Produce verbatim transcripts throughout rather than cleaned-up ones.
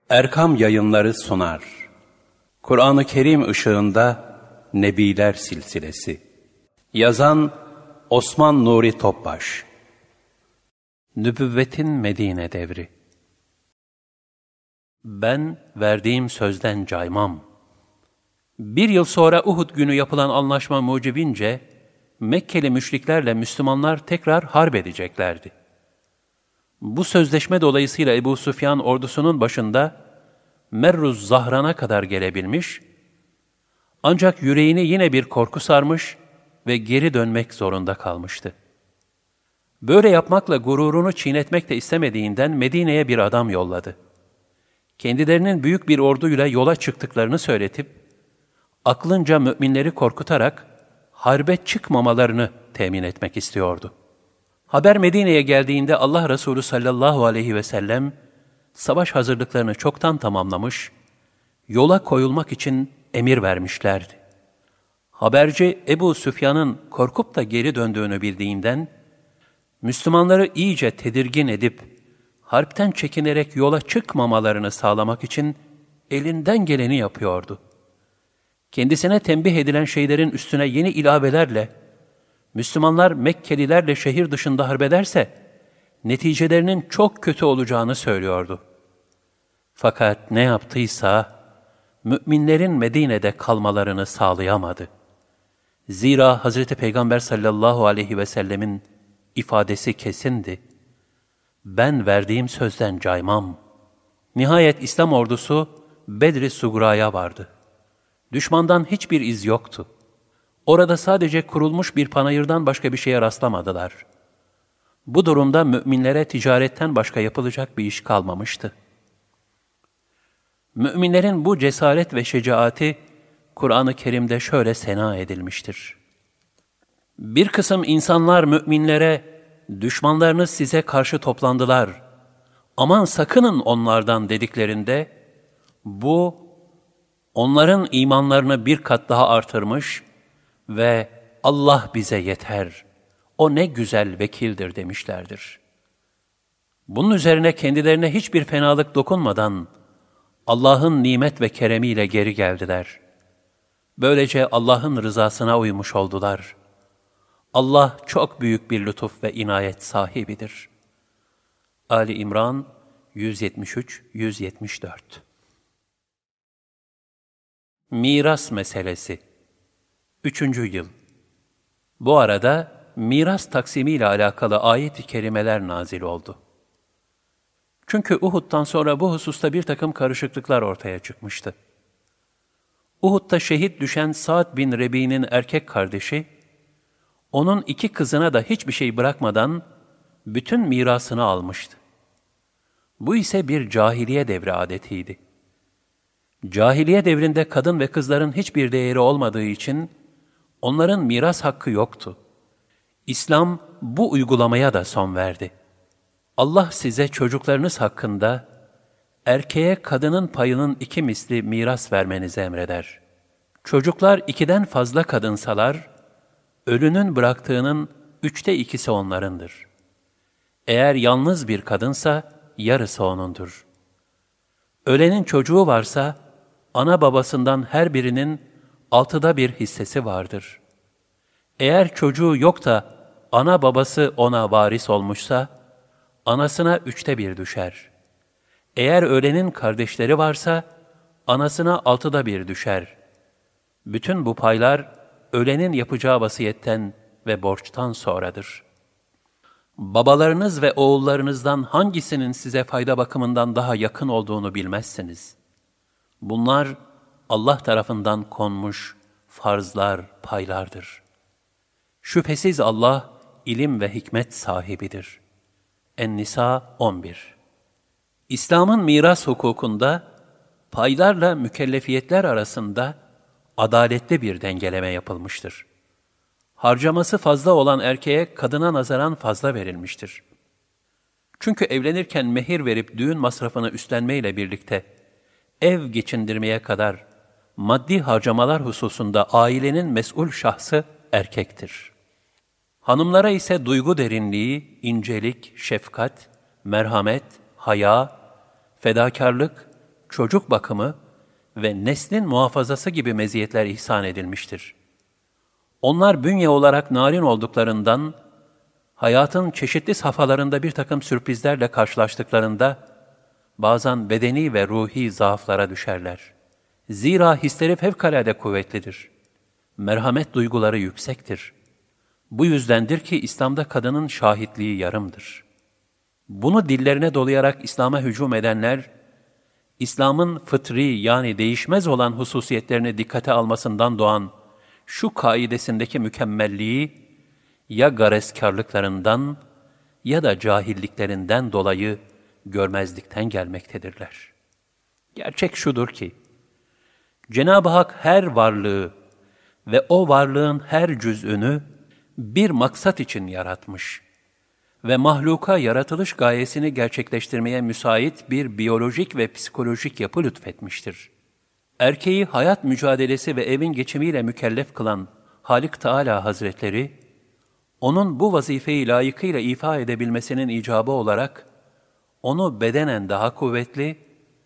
Erkam Yayınları sunar. Kur'an-ı Kerim ışığında Nebiler Silsilesi. Yazan Osman Nuri Topbaş. Nübüvvetin Medine Devri. Ben verdiğim sözden caymam. Bir yıl sonra Uhud günü yapılan anlaşma mucibince Mekkeli müşriklerle Müslümanlar tekrar harp edeceklerdi. Bu sözleşme dolayısıyla Ebu Süfyan ordusunun başında Merruz Zahran'a kadar gelebilmiş, ancak yüreğini yine bir korku sarmış ve geri dönmek zorunda kalmıştı. Böyle yapmakla gururunu çiğnetmek de istemediğinden Medine'ye bir adam yolladı. Kendilerinin büyük bir orduyla yola çıktıklarını söyletip, aklınca müminleri korkutarak harbe çıkmamalarını temin etmek istiyordu. Haber Medine'ye geldiğinde Allah Resulü sallallahu aleyhi ve sellem, savaş hazırlıklarını çoktan tamamlamış, yola koyulmak için emir vermişlerdi. Haberci Ebu Süfyan'ın korkup da geri döndüğünü bildiğinden, Müslümanları iyice tedirgin edip, harpten çekinerek yola çıkmamalarını sağlamak için elinden geleni yapıyordu. Kendisine tembih edilen şeylerin üstüne yeni ilavelerle, Müslümanlar Mekkelilerle şehir dışında harbederse, neticelerinin çok kötü olacağını söylüyordu. Fakat ne yaptıysa, müminlerin Medine'de kalmalarını sağlayamadı. Zira Hazreti Peygamber sallallahu aleyhi ve sellemin ifadesi kesindi. Ben verdiğim sözden caymam. Nihayet İslam ordusu Bedr-i Sugra'ya vardı. Düşmandan hiçbir iz yoktu. Orada sadece kurulmuş bir panayırdan başka bir şeye rastlamadılar. Bu durumda müminlere ticaretten başka yapılacak bir iş kalmamıştı. Müminlerin bu cesaret ve şecaati Kur'an-ı Kerim'de şöyle sena edilmiştir. Bir kısım insanlar müminlere, düşmanlarınız size karşı toplandılar, aman sakının onlardan dediklerinde, bu onların imanlarını bir kat daha artırmış ve Allah bize yeter, o ne güzel vekildir demişlerdir. Bunun üzerine kendilerine hiçbir fenalık dokunmadan Allah'ın nimet ve keremiyle geri geldiler. Böylece Allah'ın rızasına uymuş oldular. Allah çok büyük bir lütuf ve inayet sahibidir. Ali İmran yüz yetmiş üç yüz yetmiş dört. Miras meselesi. Üçüncü yıl. Bu arada miras taksimi ile alakalı ayet-i kerimeler nazil oldu. Çünkü Uhud'dan sonra bu hususta bir takım karışıklıklar ortaya çıkmıştı. Uhud'da şehit düşen Sa'd bin Rebi'nin erkek kardeşi, onun iki kızına da hiçbir şey bırakmadan bütün mirasını almıştı. Bu ise bir cahiliye devri adetiydi. Cahiliye devrinde kadın ve kızların hiçbir değeri olmadığı için onların miras hakkı yoktu. İslam bu uygulamaya da son verdi. Allah size çocuklarınız hakkında erkeğe kadının payının iki misli miras vermenizi emreder. Çocuklar ikiden fazla kadınsalar, ölünün bıraktığının üçte ikisi onlarındır. Eğer yalnız bir kadınsa yarısı onundur. Ölenin çocuğu varsa, ana babasından her birinin altıda bir hissesi vardır. Eğer çocuğu yok da ana babası ona varis olmuşsa, anasına üçte bir düşer. Eğer ölenin kardeşleri varsa, anasına altıda bir düşer. Bütün bu paylar, ölenin yapacağı vasiyetten ve borçtan sonradır. Babalarınız ve oğullarınızdan hangisinin size fayda bakımından daha yakın olduğunu bilmezsiniz. Bunlar Allah tarafından konmuş farzlar, paylardır. Şüphesiz Allah ilim ve hikmet sahibidir. En-Nisa on bir. İslam'ın miras hukukunda paylarla mükellefiyetler arasında adaletli bir dengeleme yapılmıştır. Harcaması fazla olan erkeğe kadına nazaran fazla verilmiştir. Çünkü evlenirken mehir verip düğün masrafını üstlenmeyle birlikte ev geçindirmeye kadar maddi harcamalar hususunda ailenin mesul şahsı erkektir. Hanımlara ise duygu derinliği, incelik, şefkat, merhamet, haya, fedakarlık, çocuk bakımı ve neslin muhafazası gibi meziyetler ihsan edilmiştir. Onlar bünye olarak narin olduklarından, hayatın çeşitli safhalarında bir takım sürprizlerle karşılaştıklarında, bazen bedeni ve ruhi zaaflara düşerler. Zira hisleri fevkalade kuvvetlidir. Merhamet duyguları yüksektir. Bu yüzdendir ki İslam'da kadının şahitliği yarımdır. Bunu dillerine dolayarak İslam'a hücum edenler, İslam'ın fıtri yani değişmez olan hususiyetlerini dikkate almasından doğan şu kaidesindeki mükemmelliği ya gareskarlıklarından ya da cahilliklerinden dolayı görmezlikten gelmektedirler. Gerçek şudur ki, Cenab-ı Hak her varlığı ve o varlığın her cüz'ünü bir maksat için yaratmış ve mahluka yaratılış gayesini gerçekleştirmeye müsait bir biyolojik ve psikolojik yapı lütfetmiştir. Erkeği hayat mücadelesi ve evin geçimiyle mükellef kılan Halik Teâlâ Hazretleri, onun bu vazifeyi layıkıyla ifa edebilmesinin icabı olarak, onu bedenen daha kuvvetli,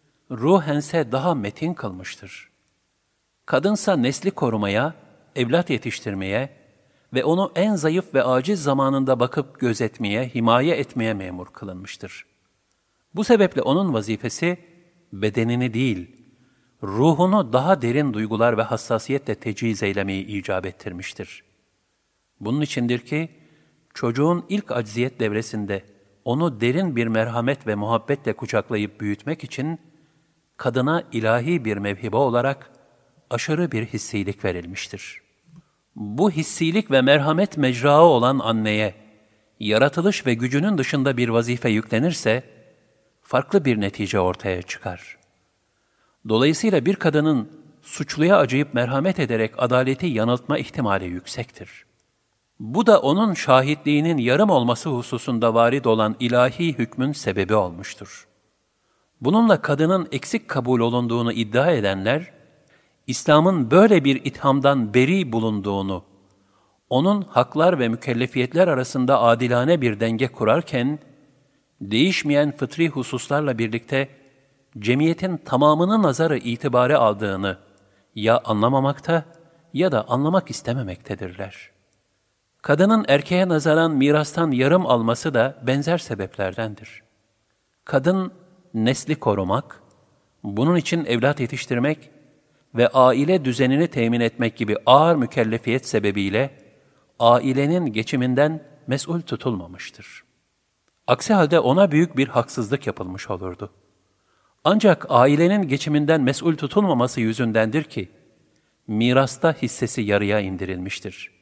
ruhense daha metin kılmıştır. Kadınsa nesli korumaya, evlat yetiştirmeye ve onu en zayıf ve aciz zamanında bakıp gözetmeye, himaye etmeye memur kılınmıştır. Bu sebeple onun vazifesi, bedenini değil, ruhunu daha derin duygular ve hassasiyetle tecihiz eylemeyi icap ettirmiştir. Bunun içindir ki, çocuğun ilk acziyet devresinde onu derin bir merhamet ve muhabbetle kucaklayıp büyütmek için, kadına ilahi bir mevhibe olarak aşırı bir hissilik verilmiştir. Bu hissilik ve merhamet mecrağı olan anneye, yaratılış ve gücünün dışında bir vazife yüklenirse, farklı bir netice ortaya çıkar. Dolayısıyla bir kadının suçluya acıyıp merhamet ederek adaleti yanıltma ihtimali yüksektir. Bu da onun şahitliğinin yarım olması hususunda varid olan ilahi hükmün sebebi olmuştur. Bununla kadının eksik kabul olunduğunu iddia edenler, İslam'ın böyle bir ithamdan beri bulunduğunu, onun haklar ve mükellefiyetler arasında adilane bir denge kurarken, değişmeyen fıtri hususlarla birlikte cemiyetin tamamını nazarı itibare aldığını ya anlamamakta ya da anlamak istememektedirler. Kadının erkeğe nazaran mirastan yarım alması da benzer sebeplerdendir. Kadın, nesli korumak, bunun için evlat yetiştirmek ve aile düzenini temin etmek gibi ağır mükellefiyet sebebiyle ailenin geçiminden mesul tutulmamıştır. Aksi halde ona büyük bir haksızlık yapılmış olurdu. Ancak ailenin geçiminden mesul tutulmaması yüzündendir ki, mirasta hissesi yarıya indirilmiştir.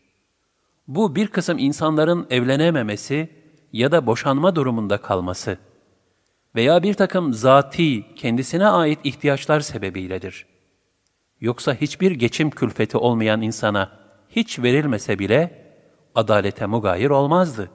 Bu bir kısım insanların evlenememesi ya da boşanma durumunda kalması veya bir takım zati, kendisine ait ihtiyaçlar sebebiyledir. Yoksa hiçbir geçim külfeti olmayan insana hiç verilmese bile adalete mugayir olmazdı.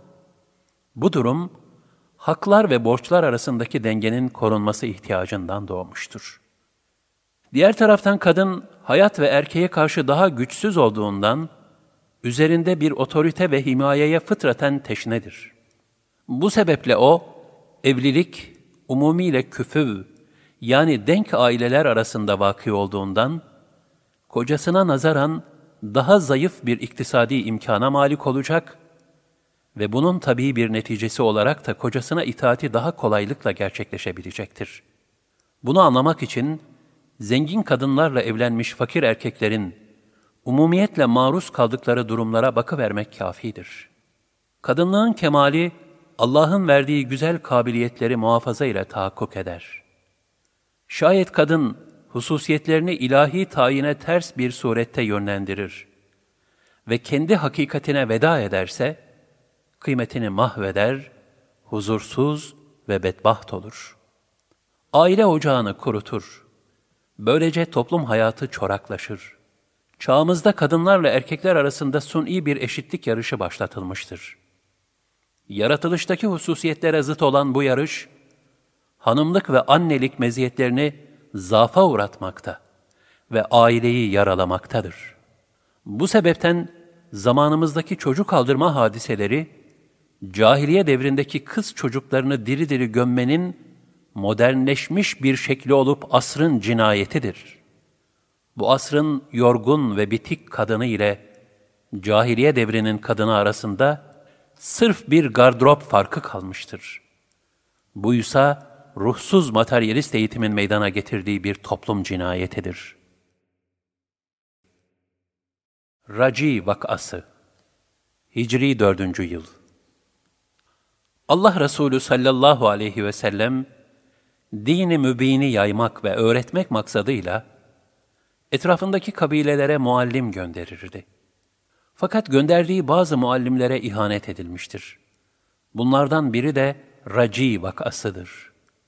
Bu durum, haklar ve borçlar arasındaki dengenin korunması ihtiyacından doğmuştur. Diğer taraftan kadın, hayat ve erkeğe karşı daha güçsüz olduğundan, üzerinde bir otorite ve himayeye fıtraten teşnedir. Bu sebeple o, evlilik, umumiyle küfüv, yani denk aileler arasında vaki olduğundan, kocasına nazaran daha zayıf bir iktisadi imkana malik olacak ve bunun tabii bir neticesi olarak da kocasına itaati daha kolaylıkla gerçekleşebilecektir. Bunu anlamak için, zengin kadınlarla evlenmiş fakir erkeklerin, umumiyetle maruz kaldıkları durumlara bakıvermek kâfidir. Kadınlığın kemali, Allah'ın verdiği güzel kabiliyetleri muhafaza ile tahakkuk eder. Şayet kadın, hususiyetlerini ilahi tayine ters bir surette yönlendirir ve kendi hakikatine veda ederse, kıymetini mahveder, huzursuz ve bedbaht olur. Aile ocağını kurutur. Böylece toplum hayatı çoraklaşır. Çağımızda kadınlarla erkekler arasında suni bir eşitlik yarışı başlatılmıştır. Yaratılıştaki hususiyetlere zıt olan bu yarış, hanımlık ve annelik meziyetlerini zaafa uğratmakta ve aileyi yaralamaktadır. Bu sebepten zamanımızdaki çocuk aldırma hadiseleri, cahiliye devrindeki kız çocuklarını diri diri gömmenin modernleşmiş bir şekli olup asrın cinayetidir. Bu asrın yorgun ve bitik kadını ile cahiliye devrinin kadını arasında sırf bir gardırop farkı kalmıştır. Buysa ruhsuz materyalist eğitimin meydana getirdiği bir toplum cinayetidir. Raci vakası Hicri dördüncü yıl. Allah Resulü sallallahu aleyhi ve sellem, dini mübini yaymak ve öğretmek maksadıyla, etrafındaki kabilelere muallim gönderirdi. Fakat gönderdiği bazı muallimlere ihanet edilmiştir. Bunlardan biri de Raci vakasıdır.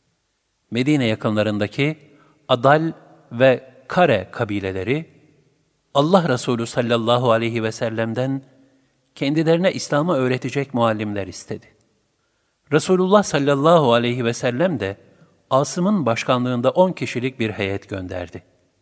Medine yakınlarındaki Adal ve Kare kabileleri, Allah Resulü sallallahu aleyhi ve sellem'den kendilerine İslam'ı öğretecek muallimler istedi. Resulullah sallallahu aleyhi ve sellem de Asım'ın başkanlığında on kişilik bir heyet gönderdi.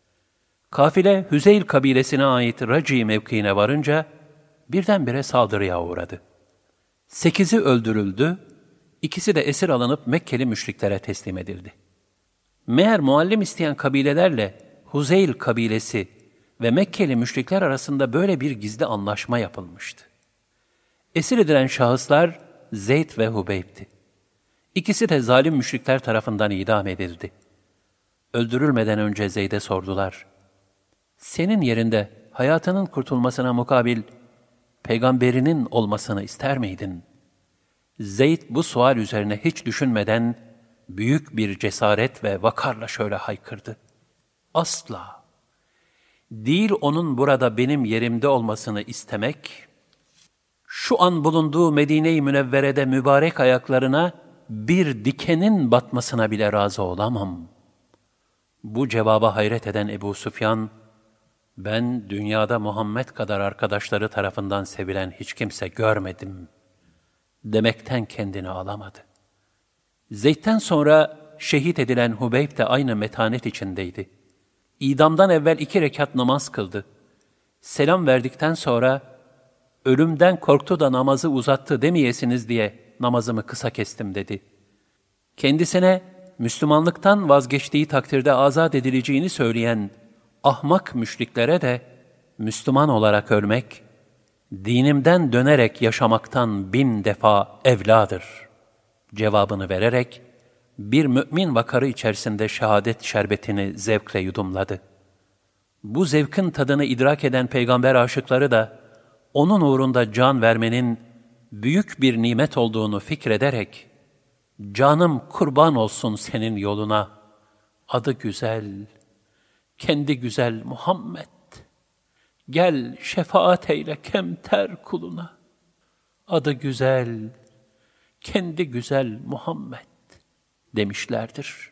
Kafile Hüzeyl kabilesine ait Raci mevkiine varınca birdenbire saldırıya uğradı. Sekizi öldürüldü, ikisi de esir alınıp Mekkeli müşriklere teslim edildi. Meğer muallim isteyen kabilelerle Huzeyl kabilesi ve Mekkeli müşrikler arasında böyle bir gizli anlaşma yapılmıştı. Esir edilen şahıslar Zeyd ve Hubeyb'ti. İkisi de zalim müşrikler tarafından idam edildi. Öldürülmeden önce Zeyd'e sordular: "Senin yerinde hayatının kurtulmasına mukabil peygamberinin olmasını ister miydin?" Zeyd bu sual üzerine hiç düşünmeden büyük bir cesaret ve vakarla şöyle haykırdı: "Asla! Değil onun burada benim yerimde olmasını istemek, şu an bulunduğu Medine-i Münevvere'de mübarek ayaklarına bir dikenin batmasına bile razı olamam." Bu cevaba hayret eden Ebu Süfyan, "Ben dünyada Muhammed kadar arkadaşları tarafından sevilen hiç kimse görmedim," demekten kendini alamadı. Zeyd'den sonra şehit edilen Hubeyb de aynı metanet içindeydi. İdamdan evvel iki rekat namaz kıldı. Selam verdikten sonra, "Ölümden korktu da namazı uzattı demeyesiniz diye namazımı kısa kestim," dedi. Kendisine Müslümanlıktan vazgeçtiği takdirde azat edileceğini söyleyen ahmak müşriklere de Müslüman olarak ölmek, dinimden dönerek yaşamaktan bin defa evladır cevabını vererek, bir mümin vakarı içerisinde şehadet şerbetini zevkle yudumladı. Bu zevkin tadını idrak eden peygamber aşıkları da, onun uğrunda can vermenin büyük bir nimet olduğunu fikrederek, "Canım kurban olsun senin yoluna, adı güzel, kendi güzel Muhammed, gel şefaat eyle kemter kuluna, adı güzel, kendi güzel Muhammed," demişlerdir.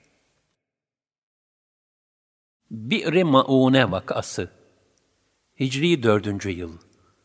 Bi'r-i Maune vakası Hicri dördüncü yıl.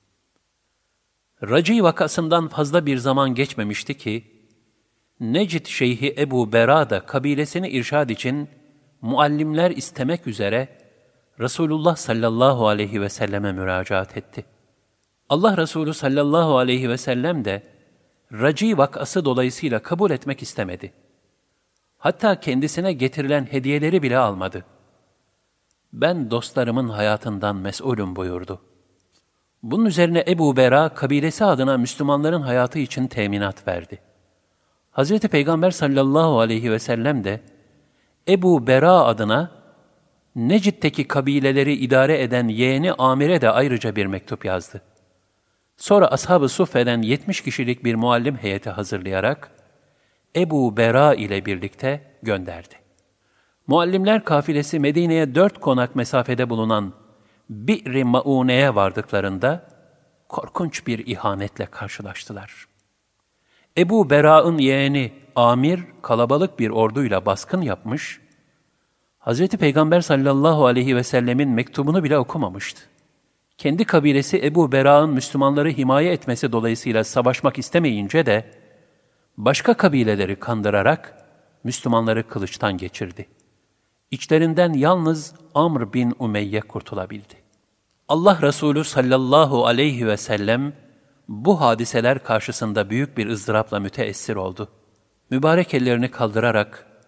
Raci vakasından fazla bir zaman geçmemişti ki, Necd Şeyhi Ebu Bera da kabilesini irşad için muallimler istemek üzere Resulullah sallallahu aleyhi ve selleme müracaat etti. Allah Resulü sallallahu aleyhi ve sellem de Raci vakası dolayısıyla kabul etmek istemedi. Hatta kendisine getirilen hediyeleri bile almadı. "Ben dostlarımın hayatından mes'ulüm," buyurdu. Bunun üzerine Ebu Bera kabilesi adına Müslümanların hayatı için teminat verdi. Hazreti Peygamber sallallahu aleyhi ve sellem de Ebu Bera adına Necid'deki kabileleri idare eden yeğeni Amir'e de ayrıca bir mektup yazdı. Sonra Ashab-ı Suffe'den yetmiş kişilik bir muallim heyeti hazırlayarak Ebu Bera ile birlikte gönderdi. Muallimler kafilesi Medine'ye dört konak mesafede bulunan Bi'r-i Maune'ye vardıklarında korkunç bir ihanetle karşılaştılar. Ebu Bera'ın yeğeni Amir kalabalık bir orduyla baskın yapmış, Hazreti Peygamber sallallahu aleyhi ve sellemin mektubunu bile okumamıştı. Kendi kabilesi Ebu Bera'nın Müslümanları himaye etmesi dolayısıyla savaşmak istemeyince de başka kabileleri kandırarak Müslümanları kılıçtan geçirdi. İçlerinden yalnız Amr bin Umeyye kurtulabildi. Allah Resulü sallallahu aleyhi ve sellem bu hadiseler karşısında büyük bir ızdırapla müteessir oldu. Mübarek ellerini kaldırarak,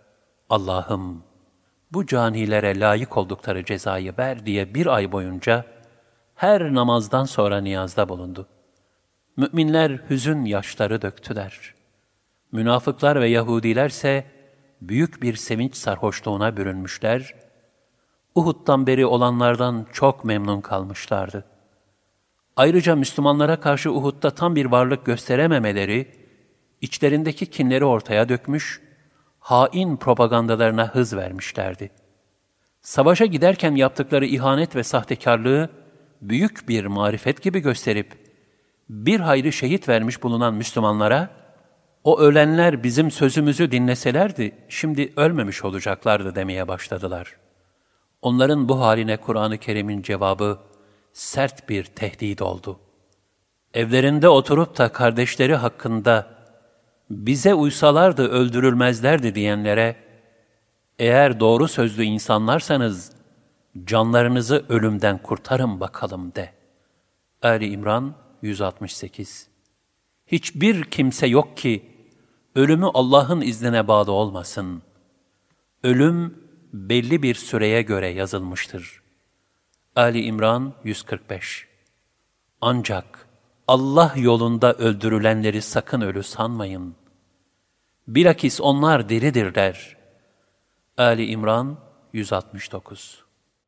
Allah'ım bu canilere layık oldukları cezayı ver diye bir ay boyunca her namazdan sonra niyazda bulundu. Müminler hüzün yaşları döktüler. Münafıklar ve Yahudilerse büyük bir sevinç sarhoşluğuna bürünmüşler, Uhud'dan beri olanlardan çok memnun kalmışlardı. Ayrıca Müslümanlara karşı Uhud'da tam bir varlık gösterememeleri, içlerindeki kinleri ortaya dökmüş, hain propagandalarına hız vermişlerdi. Savaşa giderken yaptıkları ihanet ve sahtekarlığı büyük bir marifet gibi gösterip, bir hayrı şehit vermiş bulunan Müslümanlara, o ölenler bizim sözümüzü dinleselerdi, şimdi ölmemiş olacaklardı demeye başladılar. Onların bu haline Kur'an-ı Kerim'in cevabı sert bir tehdit oldu. Evlerinde oturup da kardeşleri hakkında bize uysalardı öldürülmezlerdi diyenlere, eğer doğru sözlü insanlarsanız canlarınızı ölümden kurtarın bakalım de. Ali İmran yüz altmış sekiz. Hiçbir kimse yok ki ölümü Allah'ın iznine bağlı olmasın. Ölüm belli bir süreye göre yazılmıştır. Ali İmran yüz kırk beş. Ancak Allah yolunda öldürülenleri sakın ölü sanmayın. Bilakis onlar diridirler. Ali İmran yüz altmış dokuz.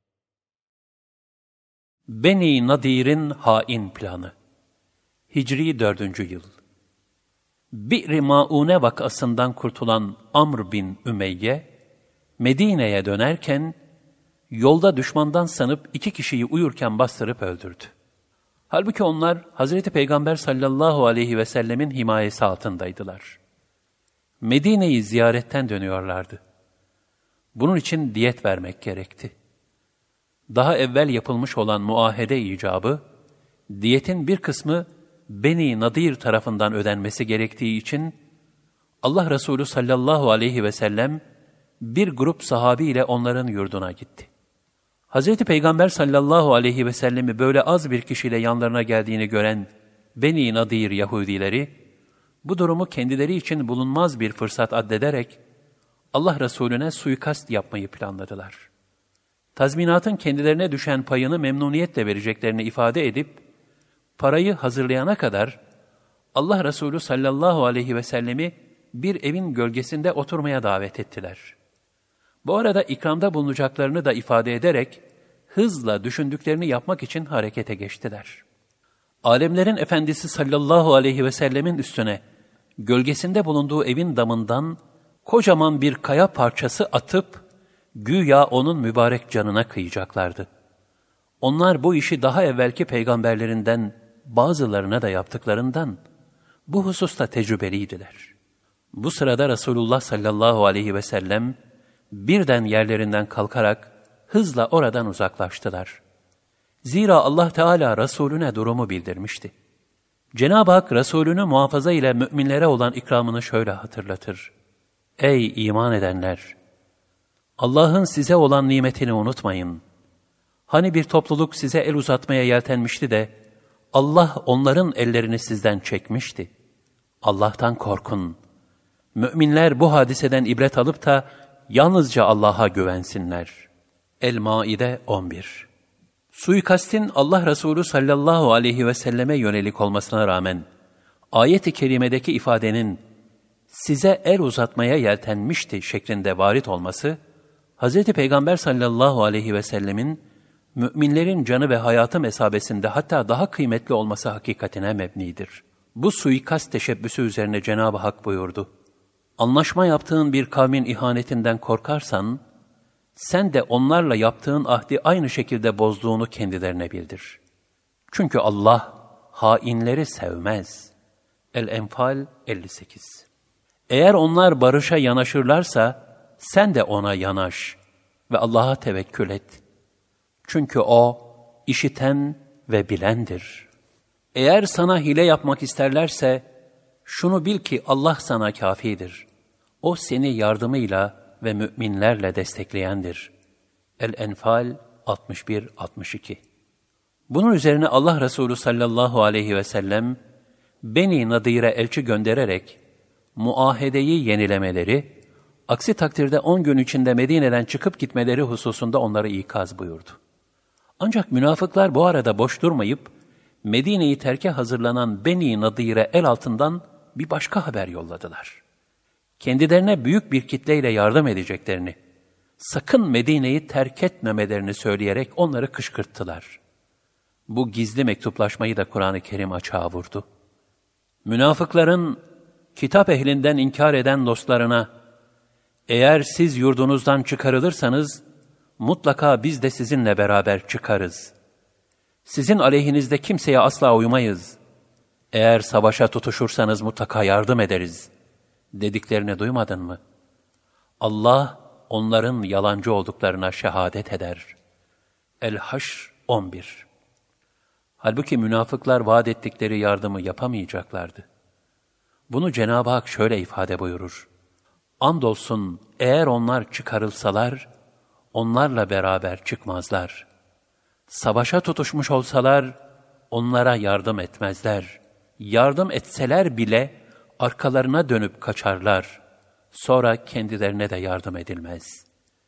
Beni Nadir'in hain planı. Hicri dördüncü yıl. Bir-i Maune vakasından kurtulan Amr bin Ümeyye, Medine'ye dönerken, yolda düşmandan sanıp iki kişiyi uyurken bastırıp öldürdü. Halbuki onlar, Hazreti Peygamber sallallahu aleyhi ve sellemin himayesi altındaydılar. Medine'yi ziyaretten dönüyorlardı. Bunun için diyet vermek gerekti. Daha evvel yapılmış olan muahede icabı, diyetin bir kısmı Beni Nadir tarafından ödenmesi gerektiği için, Allah Resulü sallallahu aleyhi ve sellem bir grup sahabi ile onların yurduna gitti. Hazreti Peygamber sallallahu aleyhi ve sellemi böyle az bir kişiyle yanlarına geldiğini gören Beni Nadir Yahudileri, bu durumu kendileri için bulunmaz bir fırsat addederek, Allah Resulüne suikast yapmayı planladılar. Tazminatın kendilerine düşen payını memnuniyetle vereceklerini ifade edip, parayı hazırlayana kadar Allah Resulü sallallahu aleyhi ve sellemi bir evin gölgesinde oturmaya davet ettiler. Bu arada ikramda bulunacaklarını da ifade ederek hızla düşündüklerini yapmak için harekete geçtiler. Alemlerin Efendisi sallallahu aleyhi ve sellemin üstüne gölgesinde bulunduğu evin damından kocaman bir kaya parçası atıp güya onun mübarek canına kıyacaklardı. Onlar bu işi daha evvelki peygamberlerinden bazılarına da yaptıklarından bu hususta tecrübeliydiler. Bu sırada Resulullah sallallahu aleyhi ve sellem birden yerlerinden kalkarak hızla oradan uzaklaştılar. Zira Allah Teala Resulüne durumu bildirmişti. Cenab-ı Hak Resulünü muhafaza ile müminlere olan ikramını şöyle hatırlatır. Ey iman edenler! Allah'ın size olan nimetini unutmayın. Hani bir topluluk size el uzatmaya yeltenmişti de, Allah onların ellerini sizden çekmişti. Allah'tan korkun. Müminler bu hadiseden ibret alıp da yalnızca Allah'a güvensinler. El-Maide on bir. Suikastin Allah Resulü sallallahu aleyhi ve selleme yönelik olmasına rağmen, ayet-i kerimedeki ifadenin size el uzatmaya yeltenmişti şeklinde varit olması, Hz. Peygamber sallallahu aleyhi ve sellemin müminlerin canı ve hayatı mesabesinde hatta daha kıymetli olması hakikatine mebnidir. Bu suikast teşebbüsü üzerine Cenab-ı Hak buyurdu. Anlaşma yaptığın bir kavmin ihanetinden korkarsan, sen de onlarla yaptığın ahdi aynı şekilde bozduğunu kendilerine bildir. Çünkü Allah hainleri sevmez. El-Enfal elli sekiz. Eğer onlar barışa yanaşırlarsa, sen de ona yanaş ve Allah'a tevekkül et. Çünkü O, işiten ve bilendir. Eğer sana hile yapmak isterlerse, şunu bil ki Allah sana kâfidir. O seni yardımıyla ve müminlerle destekleyendir. El-Enfal altmış bir altmış iki. Bunun üzerine Allah Resulü sallallahu aleyhi ve sellem, Beni Nadir'e elçi göndererek, muahedeyi yenilemeleri, Aksi takdirde on gün içinde Medine'den çıkıp gitmeleri hususunda onları ikaz buyurdu. Ancak münafıklar bu arada boş durmayıp, Medine'yi terke hazırlanan Beni Nadir'e el altından bir başka haber yolladılar. Kendilerine büyük bir kitleyle yardım edeceklerini, sakın Medine'yi terk etmemelerini söyleyerek onları kışkırttılar. Bu gizli mektuplaşmayı da Kur'an-ı Kerim açığa vurdu. Münafıkların kitap ehlinden inkar eden dostlarına, eğer siz yurdunuzdan çıkarılırsanız, mutlaka biz de sizinle beraber çıkarız. Sizin aleyhinizde kimseye asla uymayız. Eğer savaşa tutuşursanız mutlaka yardım ederiz, dediklerini duymadın mı? Allah onların yalancı olduklarına şehadet eder. El-Haşr on bir. Halbuki münafıklar vaat ettikleri yardımı yapamayacaklardı. Bunu Cenab-ı Hak şöyle ifade buyurur. Andolsun eğer onlar çıkarılsalar, onlarla beraber çıkmazlar. Savaşa tutuşmuş olsalar, onlara yardım etmezler. Yardım etseler bile arkalarına dönüp kaçarlar. Sonra kendilerine de yardım edilmez.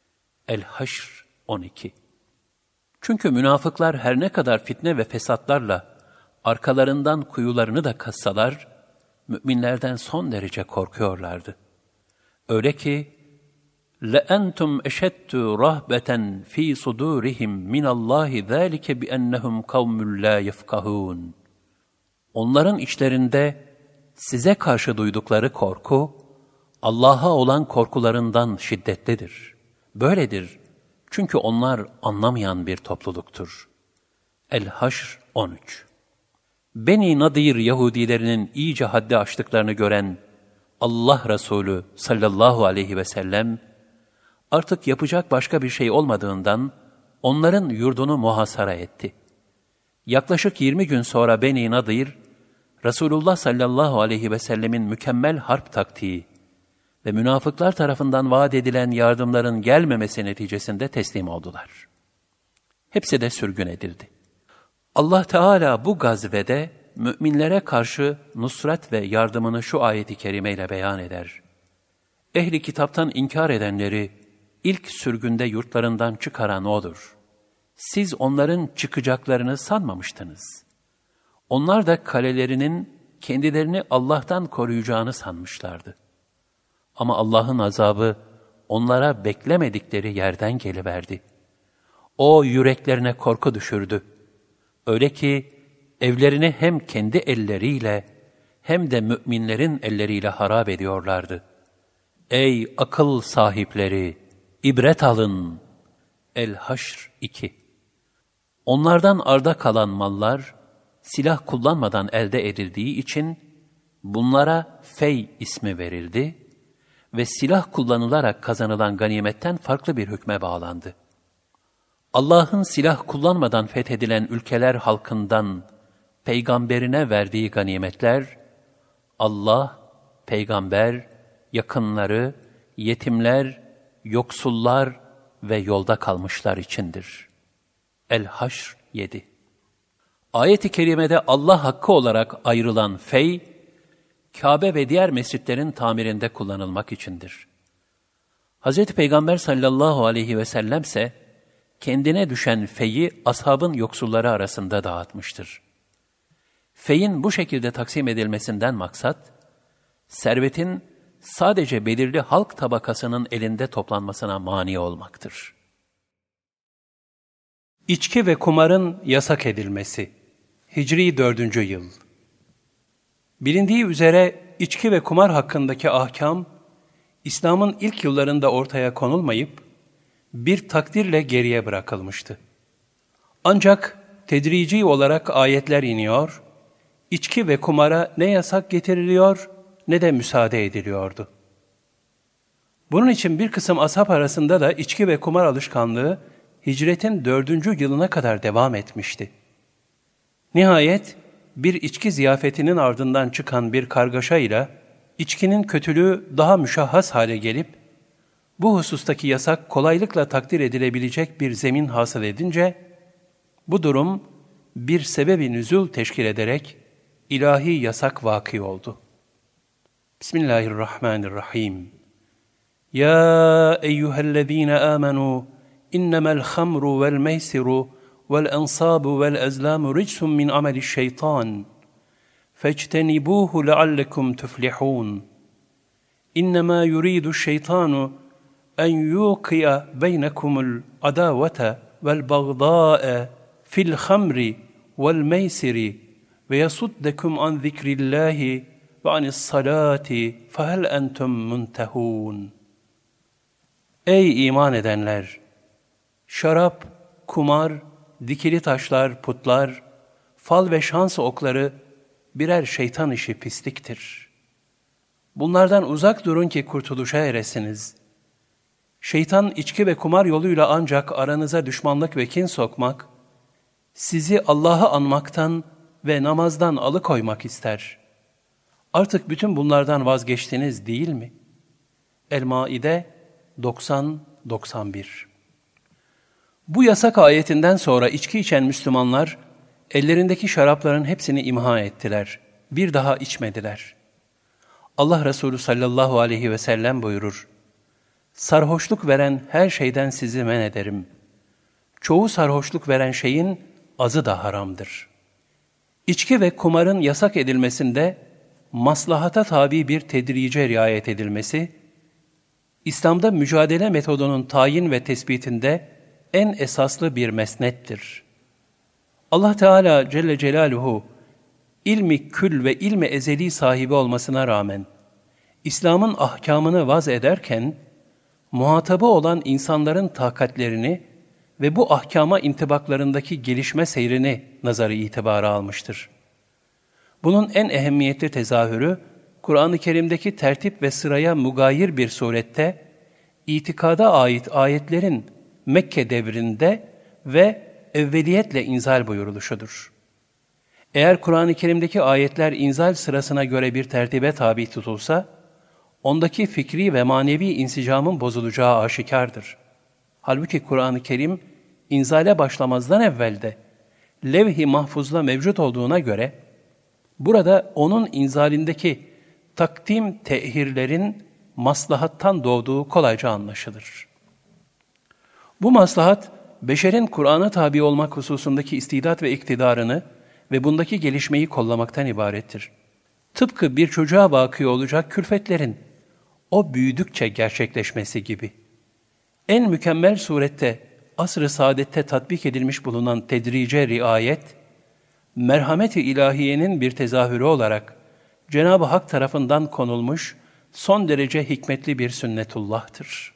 El-Haşr on iki. Çünkü münafıklar her ne kadar fitne ve fesatlarla arkalarından kuyularını da kazsalar, müminlerden son derece korkuyorlardı. Öyle ki, لَاَنْتُمْ اَشَدُّ رَهْبَةً ف۪ي صُدُورِهِمْ مِنَ اللّٰهِ ذَٰلِكَ بِأَنَّهُمْ قَوْمٌ لَا يَفْقَهُونَ. Onların içlerinde size karşı duydukları korku, Allah'a olan korkularından şiddetlidir. Böyledir. Çünkü onlar anlamayan bir topluluktur. El-Haşr on üç. Beni Nadir Yahudilerinin iyice haddi aştıklarını gören Allah Resulü sallallahu aleyhi ve sellem, artık yapacak başka bir şey olmadığından onların yurdunu muhasara etti. Yaklaşık yirmi gün sonra Beni Nadir, Resulullah sallallahu aleyhi ve sellemin mükemmel harp taktiği ve münafıklar tarafından vaat edilen yardımların gelmemesi neticesinde teslim oldular. Hepsi de sürgün edildi. Allah Teala bu gazvede müminlere karşı nusret ve yardımını şu ayeti kerimeyle beyan eder. Ehli kitaptan inkar edenleri ilk sürgünde yurtlarından çıkaran O'dur. Siz onların çıkacaklarını sanmamıştınız. Onlar da kalelerinin kendilerini Allah'tan koruyacağını sanmışlardı. Ama Allah'ın azabı onlara beklemedikleri yerden geliverdi. O yüreklerine korku düşürdü. Öyle ki evlerini hem kendi elleriyle hem de müminlerin elleriyle harap ediyorlardı. Ey akıl sahipleri! İbret alın! El-Haşr iki. Onlardan arda kalan mallar, silah kullanmadan elde edildiği için bunlara fey ismi verildi ve silah kullanılarak kazanılan ganimetten farklı bir hükme bağlandı. Allah'ın silah kullanmadan fethedilen ülkeler halkından peygamberine verdiği ganimetler, Allah, peygamber, yakınları, yetimler, yoksullar ve yolda kalmışlar içindir. El-Haşr yedi. Ayet-i kerimede Allah hakkı olarak ayrılan fey, Kabe ve diğer mescitlerin tamirinde kullanılmak içindir. Hazreti Peygamber sallallahu aleyhi ve sellemse, kendine düşen feyi ashabın yoksulları arasında dağıtmıştır. Feyin bu şekilde taksim edilmesinden maksat, servetin sadece belirli halk tabakasının elinde toplanmasına mani olmaktır. İçki ve kumarın yasak edilmesi. Hicri dördüncü yıl. Bilindiği üzere içki ve kumar hakkındaki ahkam, İslam'ın ilk yıllarında ortaya konulmayıp, bir takdirle geriye bırakılmıştı. Ancak tedrici olarak ayetler iniyor, içki ve kumara ne yasak getiriliyor ne de müsaade ediliyordu. Bunun için bir kısım ashab arasında da içki ve kumar alışkanlığı hicretin dördüncü yılına kadar devam etmişti. Nihayet bir içki ziyafetinin ardından çıkan bir kargaşayla içkinin kötülüğü daha müşahhas hale gelip, bu husustaki yasak kolaylıkla takdir edilebilecek bir zemin hasıl edince, bu durum bir sebebi nüzul teşkil ederek ilahi yasak vaki oldu. Bismillahirrahmanirrahim. يا أيها الذين آمنوا إنما الخمر والميسر والأنصاب والأزلام رجس من عمل الشيطان فاجتنبوه لعلكم تفلحون إنما يريد الشيطان أن يوقع بينكم العداوة والبغضاء في الخمر والميسر ويصدكم عن ذكر الله وعن الصلاة فهل أنتم منتهون. Ey iman edenler! Şarap, kumar, dikili taşlar, putlar, fal ve şans okları birer şeytan işi, pisliktir. Bunlardan uzak durun ki kurtuluşa eresiniz. Şeytan içki ve kumar yoluyla ancak aranıza düşmanlık ve kin sokmak, sizi Allah'ı anmaktan ve namazdan alıkoymak ister. Artık bütün bunlardan vazgeçtiniz değil mi? El-Maide doksan doksan bir. Bu yasak ayetinden sonra içki içen Müslümanlar, ellerindeki şarapların hepsini imha ettiler. Bir daha içmediler. Allah Resulü sallallahu aleyhi ve sellem buyurur, sarhoşluk veren her şeyden sizi men ederim. Çoğu sarhoşluk veren şeyin azı da haramdır. İçki ve kumarın yasak edilmesinde maslahata tabi bir tedrice riayet edilmesi, İslam'da mücadele metodunun tayin ve tespitinde en esaslı bir mesnettir. Allah Teala Celle Celaluhu, ilmi kül ve ilmi ezeli sahibi olmasına rağmen, İslam'ın ahkamını vaz ederken, muhatabı olan insanların takatlerini ve bu ahkama intibaklarındaki gelişme seyrini nazarı itibara almıştır. Bunun en ehemmiyetli tezahürü, Kur'an-ı Kerim'deki tertip ve sıraya mugayir bir surette, itikada ait ayetlerin Mekke devrinde ve evveliyetle inzal buyuruluşudur. Eğer Kur'an-ı Kerim'deki ayetler inzal sırasına göre bir tertibe tabi tutulsa, ondaki fikri ve manevi insicamın bozulacağı aşikardır. Halbuki Kur'an-ı Kerim, inzale başlamazdan evvel de levh-i mahfuzda mevcut olduğuna göre, burada onun inzalindeki takdim tehirlerin maslahattan doğduğu kolayca anlaşılır. Bu maslahat, beşerin Kur'an'a tabi olmak hususundaki istidat ve iktidarını ve bundaki gelişmeyi kollamaktan ibarettir. Tıpkı bir çocuğa vakı olacak külfetlerin, o büyüdükçe gerçekleşmesi gibi. En mükemmel surette, asr-ı saadette tatbik edilmiş bulunan tedrice riayet, merhamet-i ilahiyenin bir tezahürü olarak Cenab-ı Hak tarafından konulmuş son derece hikmetli bir sünnetullah'tır.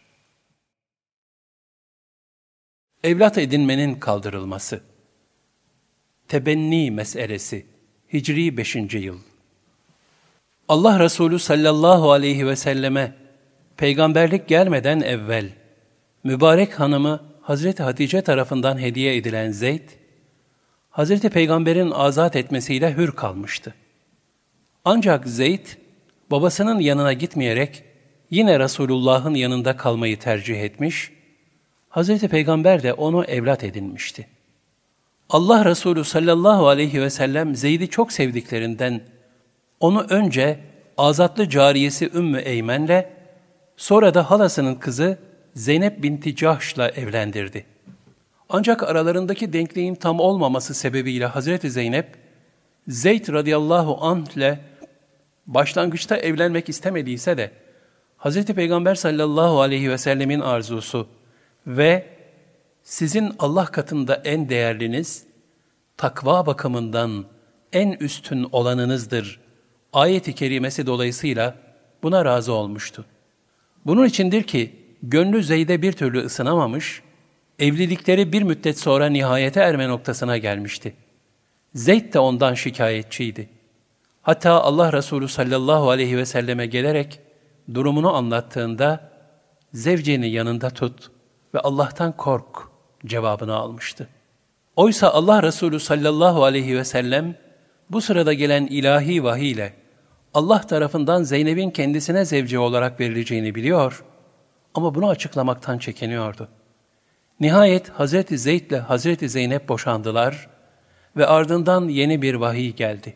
Evlat edinmenin kaldırılması. Tebenni meselesi. Hicri beşinci yıl. Allah Resulü sallallahu aleyhi ve selleme peygamberlik gelmeden evvel mübarek hanımı Hazreti Hatice tarafından hediye edilen Zeyd, Hazreti Peygamber'in azat etmesiyle hür kalmıştı. Ancak Zeyd, babasının yanına gitmeyerek yine Resulullah'ın yanında kalmayı tercih etmiş, Hazreti Peygamber de onu evlat edinmişti. Allah Resulü sallallahu aleyhi ve sellem Zeyd'i çok sevdiklerinden onu önce azatlı cariyesi Ümmü Eymen'le, sonra da halasının kızı Zeynep binti Cahş'la evlendirdi. Ancak aralarındaki denkliğin tam olmaması sebebiyle Hazreti Zeynep, Zeyd radıyallahu anh ile başlangıçta evlenmek istemediyse de, Hazreti Peygamber sallallahu aleyhi ve sellemin arzusu ve sizin Allah katında en değerliniz, takva bakımından en üstün olanınızdır ayet-i kerimesi dolayısıyla buna razı olmuştu. Bunun içindir ki gönlü Zeyd'e bir türlü ısınamamış, evlilikleri bir müddet sonra nihayete erme noktasına gelmişti. Zeyd de ondan şikayetçiydi. Hatta Allah Resulü sallallahu aleyhi ve selleme gelerek durumunu anlattığında zevceni yanında tut ve Allah'tan kork cevabını almıştı. Oysa Allah Resulü sallallahu aleyhi ve sellem bu sırada gelen ilahi vahiy ile Allah tarafından Zeynep'in kendisine zevci olarak verileceğini biliyor ama bunu açıklamaktan çekiniyordu. Nihayet Hazreti Zeyd ile Hazreti Zeynep boşandılar ve ardından yeni bir vahiy geldi.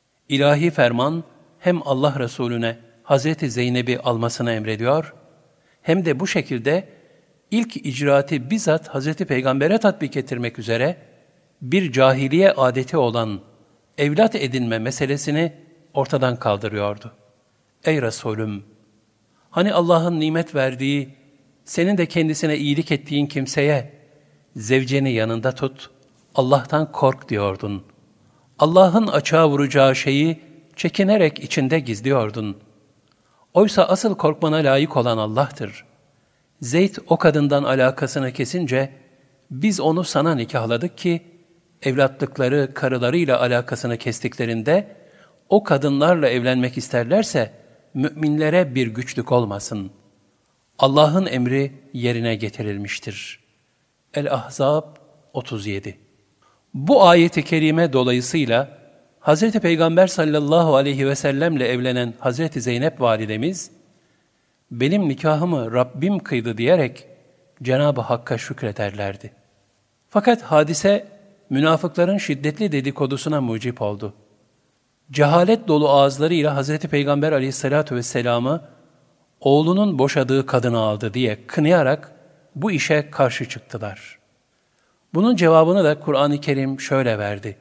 İlahi ferman hem Allah Resulüne Hazreti Zeynep'i almasını emrediyor hem de bu şekilde ilk icraatı bizzat Hazreti Peygamber'e tatbik ettirmek üzere bir cahiliye adeti olan evlat edinme meselesini ortadan kaldırıyordu. Ey Resulüm! Hani Allah'ın nimet verdiği, senin de kendisine iyilik ettiğin kimseye, zevceni yanında tut, Allah'tan kork diyordun. Allah'ın açığa vuracağı şeyi çekinerek içinde gizliyordun. Oysa asıl korkmana layık olan Allah'tır. Zeyd o kadından alakasını kesince, biz onu sana nikahladık ki, evlatlıkları karılarıyla alakasını kestiklerinde, o kadınlarla evlenmek isterlerse, müminlere bir güçlük olmasın. Allah'ın emri yerine getirilmiştir. El-Ahzab otuz yedi. Bu ayet-i kerime dolayısıyla Hz. Peygamber sallallahu aleyhi ve sellemle evlenen Hz. Zeynep validemiz, benim nikahımı Rabbim kıydı diyerek Cenab-ı Hakk'a şükrederlerdi. Fakat hadise münafıkların şiddetli dedikodusuna mucip oldu. Cehalet dolu ağızlarıyla Hz. Peygamber aleyhissalatu vesselam'ı oğlunun boşadığı kadını aldı diye kınayarak bu işe karşı çıktılar. Bunun cevabını da Kur'an-ı Kerim şöyle verdi.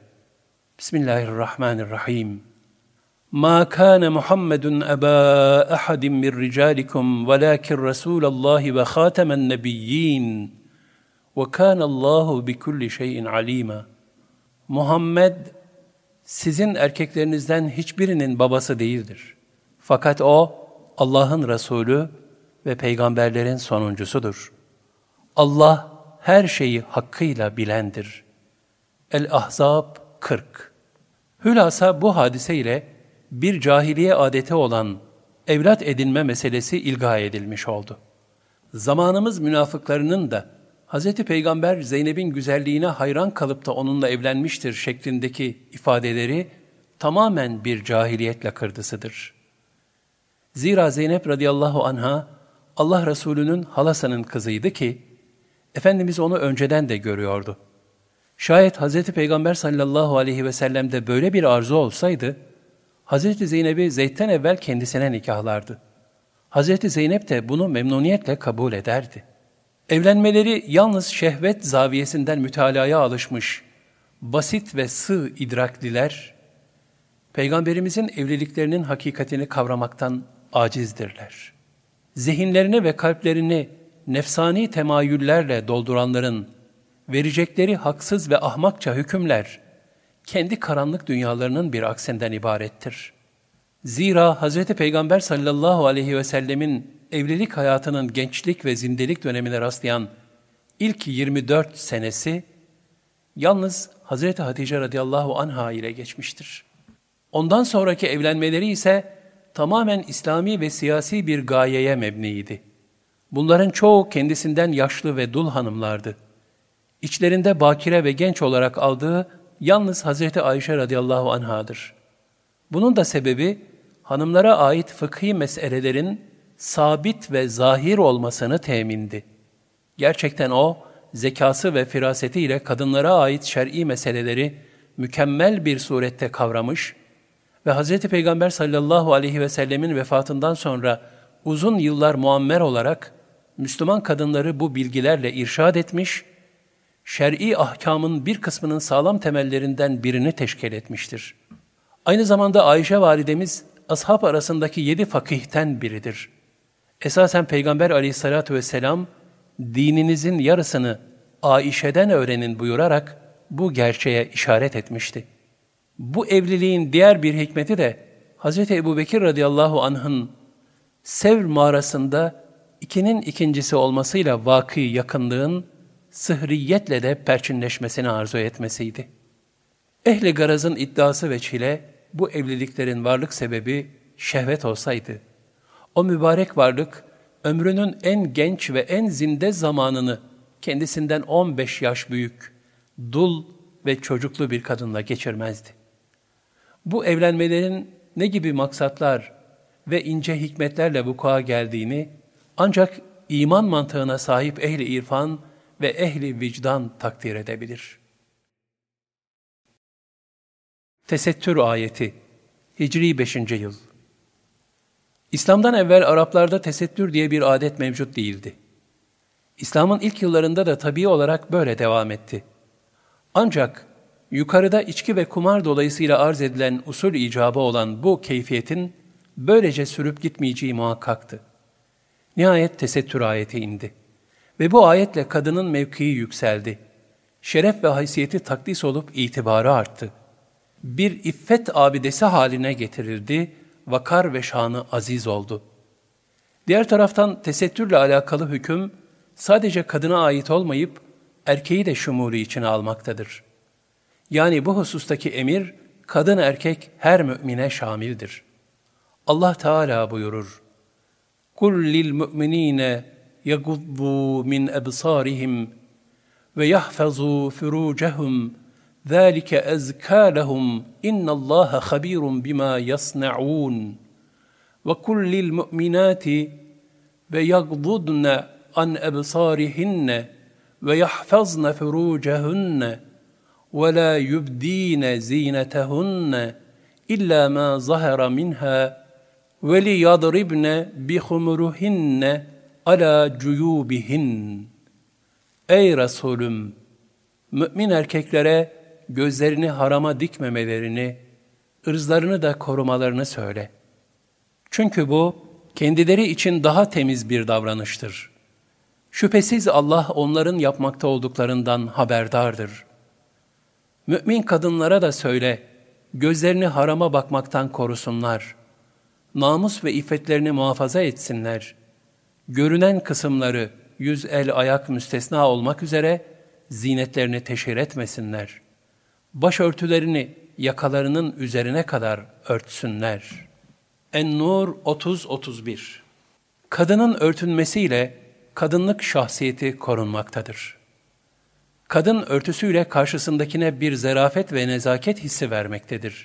Bismillahirrahmanirrahim. مَا كَانَ مُحَمَّدٌ أَبَا أَحَدٍ مِّنْ رِجَالِكُمْ وَلَكِنْ رَسُولَ اللّٰهِ وَخَاتَمَ النَّبِيِّينَ وَكَانَ اللّٰهُ بِكُلِّ شَيْءٍ عَلِيمًا. Muhammed, sizin erkeklerinizden hiçbirinin babası değildir. Fakat o, Allah'ın Resulü ve peygamberlerin sonuncusudur. Allah her şeyi hakkıyla bilendir. El-Ahzab kırk. Hülasa bu hadise ile bir cahiliye adeti olan evlat edinme meselesi ilga edilmiş oldu. Zamanımız münafıklarının da Hz. Peygamber Zeynep'in güzelliğine hayran kalıp da onunla evlenmiştir şeklindeki ifadeleri tamamen bir cahiliyet lakırdısıdır. Zira Zeynep radıyallahu anha Allah Resulü'nün halasının kızıydı ki, Efendimiz onu önceden de görüyordu. Şayet Hz. Peygamber sallallahu aleyhi ve sellem'de böyle bir arzu olsaydı, Hz. Zeynep'i Zeyd'den evvel kendisine nikahlardı. Hz. Zeynep de bunu memnuniyetle kabul ederdi. Evlenmeleri yalnız şehvet zaviyesinden mütalaya alışmış, basit ve sığ idrakliler, Peygamberimizin evliliklerinin hakikatini kavramaktan acizdirler. Zihinlerini ve kalplerini nefsani temayüllerle dolduranların verecekleri haksız ve ahmakça hükümler, kendi karanlık dünyalarının bir aksinden ibarettir. Zira Hz. Peygamber sallallahu aleyhi ve sellemin evlilik hayatının gençlik ve zindelik dönemine rastlayan ilk yirmi dört senesi, yalnız Hz. Hatice radıyallahu anha ile geçmiştir. Ondan sonraki evlenmeleri ise tamamen İslami ve siyasi bir gayeye mebniydi. Bunların çoğu kendisinden yaşlı ve dul hanımlardı. İçlerinde bakire ve genç olarak aldığı yalnız Hazreti Ayşe radıyallahu anhadır. Bunun da sebebi hanımlara ait fıkhi meselelerin sabit ve zahir olmasını temindi. Gerçekten o, zekası ve firasetiyle kadınlara ait şer'i meseleleri mükemmel bir surette kavramış ve Hz. Peygamber sallallahu aleyhi ve sellemin vefatından sonra uzun yıllar muammer olarak Müslüman kadınları bu bilgilerle irşad etmiş, şer'i ahkamın bir kısmının sağlam temellerinden birini teşkil etmiştir. Aynı zamanda Ayşe validemiz, ashab arasındaki yedi fakihten biridir. Esasen Peygamber aleyhissalatu vesselam, dininizin yarısını Ayşe'den öğrenin buyurarak bu gerçeğe işaret etmişti. Bu evliliğin diğer bir hikmeti de Hz. Ebubekir radıyallahu anh'ın Sevr mağarasında ikinin ikincisi olmasıyla vakı yakınlığın sıhriyetle de perçinleşmesini arzu etmesiydi. Ehli garazın iddiası veçile bu evliliklerin varlık sebebi şehvet olsaydı, o mübarek varlık ömrünün en genç ve en zinde zamanını kendisinden on beş yaş büyük, dul ve çocuklu bir kadınla geçirmezdi. Bu evlenmelerin ne gibi maksatlar ve ince hikmetlerle vuku'a geldiğini ancak iman mantığına sahip ehli irfan ve ehli vicdan takdir edebilir. Tesettür ayeti, Hicri beşinci yıl. İslam'dan evvel Araplarda tesettür diye bir adet mevcut değildi. İslam'ın ilk yıllarında da tabii olarak böyle devam etti. Ancak yukarıda içki ve kumar dolayısıyla arz edilen usul icabı olan bu keyfiyetin böylece sürüp gitmeyeceği muhakkaktı. Nihayet tesettür ayeti indi. Ve bu ayetle kadının mevkii yükseldi. Şeref ve haysiyeti takdis olup itibarı arttı. Bir iffet abidesi haline getirildi, vakar ve şanı aziz oldu. Diğer taraftan tesettürle alakalı hüküm, sadece kadına ait olmayıp, erkeği de şumulu içine almaktadır. Yani bu husustaki emir, kadın erkek her mümine şamildir. Allah Teala buyurur, قُلْ لِلْمُؤْمِنِينَ يَغُضُّوا مِنْ أَبْصَارِهِمْ وَيَحْفَظُوا فُرُوجَهُمْ ذَٰلِكَ أَزْكَى لَهُمْ إِنَّ اللّٰهَ خَبِيرٌ بِمَا يَصْنَعُونَ وَقُلْ لِلْمُؤْمِنَاتِ وَيَغْضُضْنَ عَنْ أَبْصَارِهِنَّ وَيَحْفَظْنَ فُرُوجَهُنَّ وَلَا يُبْدِينَ زِينَتَهُنَّ إِلَّا مَا ظَهَرَ مِنْهَا وَلِيَضْرِبْنَ بِخُمُرِهِنَّ عَلَى جُيُوبِهِنَّ. Ey Resulüm! Mümin erkeklere gözlerini harama dikmemelerini, ırzlarını da korumalarını söyle. Çünkü bu, kendileri için daha temiz bir davranıştır. Şüphesiz Allah onların yapmakta olduklarından haberdardır. Mümin kadınlara da söyle, gözlerini harama bakmaktan korusunlar. Namus ve iffetlerini muhafaza etsinler. Görünen kısımları, yüz, el, ayak müstesna olmak üzere, zinetlerini teşhir etmesinler. Başörtülerini yakalarının üzerine kadar örtsünler. En-Nur otuz otuz bir. Kadının örtünmesiyle kadınlık şahsiyeti korunmaktadır. Kadın örtüsüyle karşısındakine bir zarafet ve nezaket hissi vermektedir.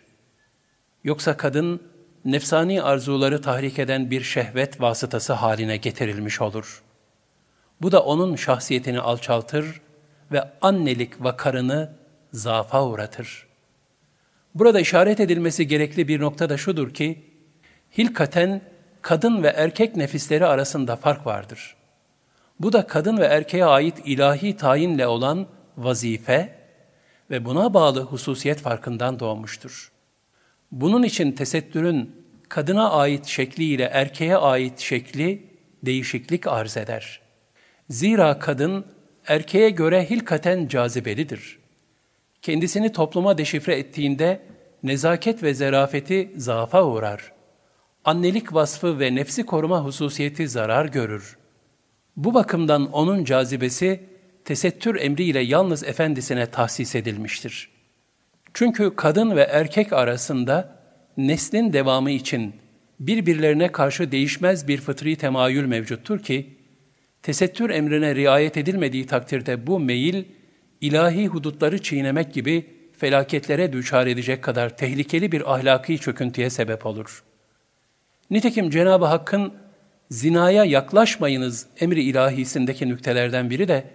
Yoksa kadın, nefsani arzuları tahrik eden bir şehvet vasıtası haline getirilmiş olur. Bu da onun şahsiyetini alçaltır ve annelik vakarını zaafa uğratır. Burada işaret edilmesi gerekli bir nokta da şudur ki, hilkaten kadın ve erkek nefisleri arasında fark vardır. Bu da kadın ve erkeğe ait ilahi tayinle olan vazife ve buna bağlı hususiyet farkından doğmuştur. Bunun için tesettürün kadına ait şekliyle erkeğe ait şekli değişiklik arz eder. Zira kadın erkeğe göre hilkaten cazibelidir. Kendisini topluma deşifre ettiğinde nezaket ve zarafeti zaafa uğrar. Annelik vasfı ve nefsi koruma hususiyeti zarar görür. Bu bakımdan onun cazibesi tesettür emriyle yalnız efendisine tahsis edilmiştir. Çünkü kadın ve erkek arasında neslin devamı için birbirlerine karşı değişmez bir fıtri temayül mevcuttur ki, tesettür emrine riayet edilmediği takdirde bu meyil, ilahi hudutları çiğnemek gibi felaketlere düçar edecek kadar tehlikeli bir ahlaki çöküntüye sebep olur. Nitekim Cenab-ı Hakk'ın zinaya yaklaşmayınız emri ilahisindeki nüktelerden biri de,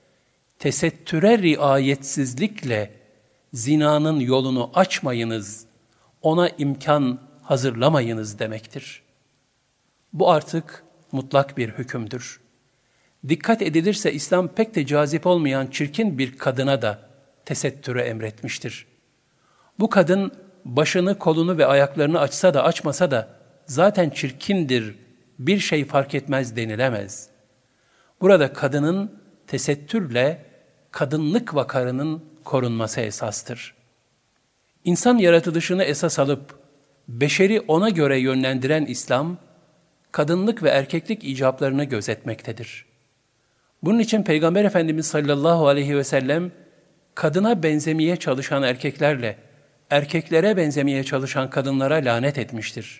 tesettüre riayetsizlikle zinanın yolunu açmayınız, ona imkan hazırlamayınız demektir. Bu artık mutlak bir hükümdür. Dikkat edilirse İslam pek de cazip olmayan çirkin bir kadına da tesettürü emretmiştir. Bu kadın başını, kolunu ve ayaklarını açsa da açmasa da zaten çirkindir, bir şey fark etmez denilemez. Burada kadının tesettürle kadınlık vakarının korunması esastır. İnsan yaratılışını esas alıp beşeri ona göre yönlendiren İslam, kadınlık ve erkeklik icaplarını gözetmektedir. Bunun için Peygamber Efendimiz sallallahu aleyhi ve sellem, kadına benzemeye çalışan erkeklerle, erkeklere benzemeye çalışan kadınlara lanet etmiştir.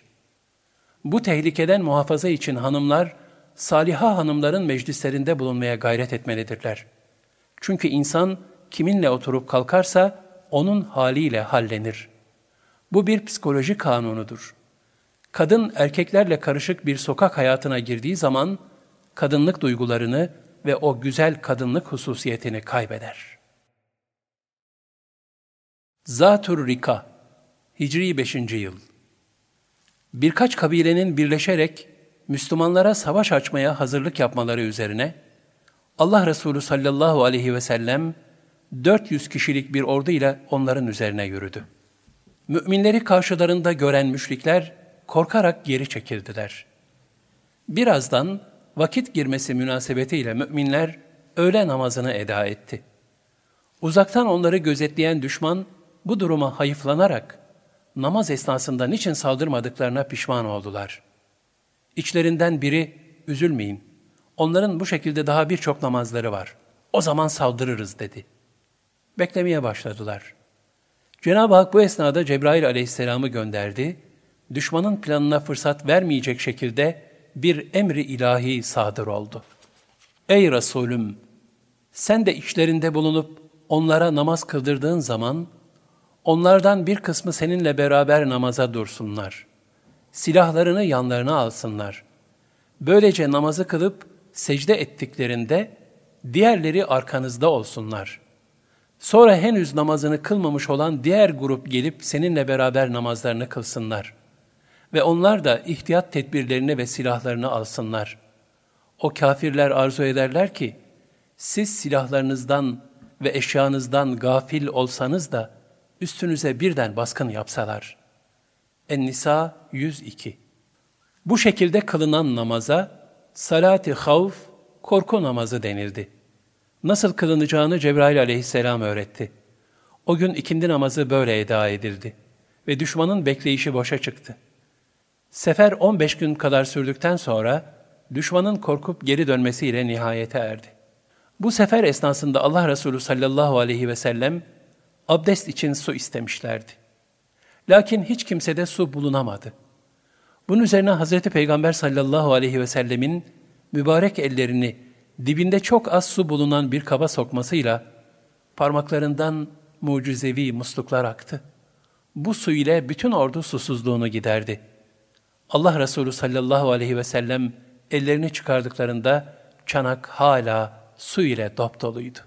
Bu tehlikeden muhafaza için hanımlar, saliha hanımların meclislerinde bulunmaya gayret etmelidirler. Çünkü insan kiminle oturup kalkarsa onun haliyle hallenir. Bu bir psikoloji kanunudur. Kadın erkeklerle karışık bir sokak hayatına girdiği zaman kadınlık duygularını ve o güzel kadınlık hususiyetini kaybeder. Zat-ur Rika, Hicri beşinci yıl. Birkaç kabilenin birleşerek Müslümanlara savaş açmaya hazırlık yapmaları üzerine Allah Resulü sallallahu aleyhi ve sellem dört yüz kişilik bir ordu ile onların üzerine yürüdü. Müminleri karşılarında gören müşrikler korkarak geri çekildiler. Birazdan vakit girmesi münasebetiyle müminler öğle namazını eda etti. Uzaktan onları gözetleyen düşman bu duruma hayıflanarak namaz esnasında niçin saldırmadıklarına pişman oldular. İçlerinden biri, üzülmeyin, onların bu şekilde daha birçok namazları var. O zaman saldırırız dedi. Beklemeye başladılar. Cenab-ı Hak bu esnada Cebrail aleyhisselamı gönderdi. Düşmanın planına fırsat vermeyecek şekilde bir emri ilahi sadır oldu. Ey Resulüm! Sen de içlerinde bulunup onlara namaz kıldırdığın zaman, onlardan bir kısmı seninle beraber namaza dursunlar. Silahlarını yanlarına alsınlar. Böylece namazı kılıp secde ettiklerinde diğerleri arkanızda olsunlar. Sonra henüz namazını kılmamış olan diğer grup gelip seninle beraber namazlarını kılsınlar. Ve onlar da ihtiyat tedbirlerini ve silahlarını alsınlar. O kâfirler arzu ederler ki, siz silahlarınızdan ve eşyanızdan gafil olsanız da üstünüze birden baskın yapsalar. En-Nisa yüz iki. Bu şekilde kılınan namaza salat-ı havf, korku namazı denildi. Nasıl kılınacağını Cebrail aleyhisselam öğretti. O gün ikindi namazı böyle eda edildi ve düşmanın bekleyişi boşa çıktı. Sefer on beş gün kadar sürdükten sonra düşmanın korkup geri dönmesiyle nihayete erdi. Bu sefer esnasında Allah Resulü sallallahu aleyhi ve sellem abdest için su istemişlerdi. Lakin hiç kimsede su bulunamadı. Bunun üzerine Hazreti Peygamber sallallahu aleyhi ve sellemin mübarek ellerini dibinde çok az su bulunan bir kaba sokmasıyla parmaklarından mucizevi musluklar aktı. Bu su ile bütün ordu susuzluğunu giderdi. Allah Resulü sallallahu aleyhi ve sellem ellerini çıkardıklarında çanak hala su ile dopdoluydu.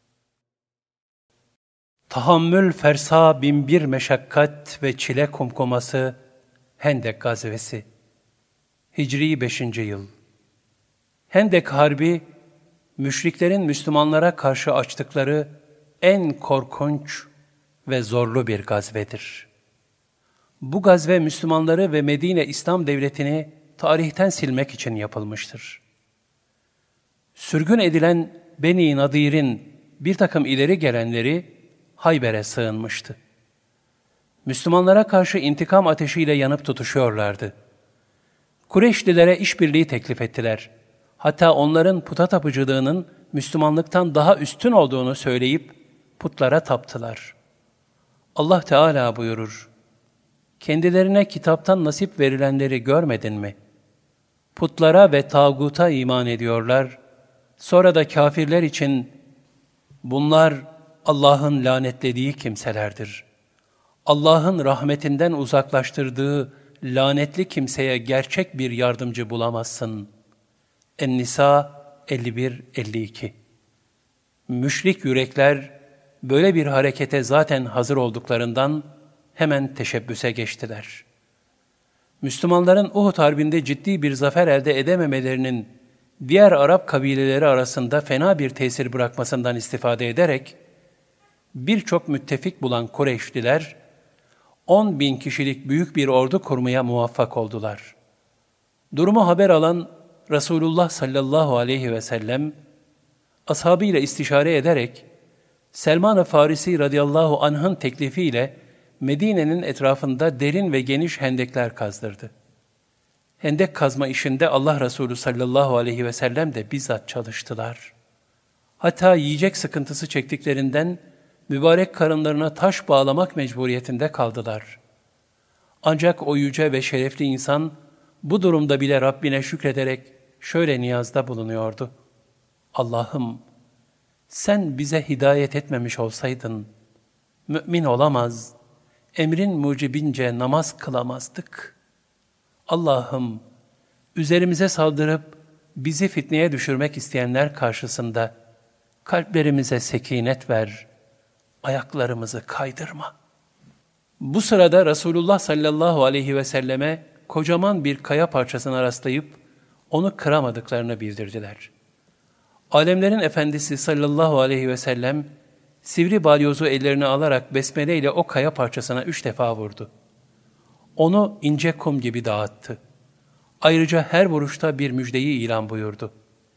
Tahammül fersa bin bir meşakkat ve çile kumkuması Hendek gazvesi. Hicri beşinci yıl. Hendek Harbi, müşriklerin Müslümanlara karşı açtıkları en korkunç ve zorlu bir gazvedir. Bu gazve Müslümanları ve Medine İslam Devleti'ni tarihten silmek için yapılmıştır. Sürgün edilen Beni Nadir'in bir takım ileri gelenleri Hayber'e sığınmıştı. Müslümanlara karşı intikam ateşiyle yanıp tutuşuyorlardı. Kureyşlilere işbirliği teklif ettiler. Hatta onların puta tapıcılığının Müslümanlıktan daha üstün olduğunu söyleyip putlara taptılar. Allah Teala buyurur, kendilerine kitaptan nasip verilenleri görmedin mi? Putlara ve tağuta iman ediyorlar. Sonra da kafirler için bunlar Allah'ın lanetlediği kimselerdir. Allah'ın rahmetinden uzaklaştırdığı lanetli kimseye gerçek bir yardımcı bulamazsın. En-Nisa elli bir elli iki. Müşrik yürekler böyle bir harekete zaten hazır olduklarından hemen teşebbüse geçtiler. Müslümanların Uhud Harbi'nde ciddi bir zafer elde edememelerinin diğer Arap kabileleri arasında fena bir tesir bırakmasından istifade ederek birçok müttefik bulan Kureyşliler on bin kişilik büyük bir ordu kurmaya muvaffak oldular. Durumu haber alan Resulullah sallallahu aleyhi ve sellem ashabıyla istişare ederek Selman-ı Farisi radıyallahu anh'ın teklifiyle Medine'nin etrafında derin ve geniş hendekler kazdırdı. Hendek kazma işinde Allah Resulü sallallahu aleyhi ve sellem de bizzat çalıştılar. Hatta yiyecek sıkıntısı çektiklerinden mübarek karınlarına taş bağlamak mecburiyetinde kaldılar. Ancak o yüce ve şerefli insan bu durumda bile Rabbine şükrederek şöyle niyazda bulunuyordu. Allah'ım, sen bize hidayet etmemiş olsaydın, mümin olamaz, emrin mucibince namaz kılamazdık. Allah'ım, üzerimize saldırıp bizi fitneye düşürmek isteyenler karşısında kalplerimize sekinet ver, ayaklarımızı kaydırma. Bu sırada Resulullah sallallahu aleyhi ve selleme kocaman bir kaya parçasına rastlayıp onu kıramadıklarını bildirdiler. Alemlerin Efendisi sallallahu aleyhi ve sellem sivri balyozu ellerine alarak besmele ile o kaya parçasına üç defa vurdu. Onu ince kum gibi dağıttı. Ayrıca her vuruşta bir müjdeyi ilan buyurdu.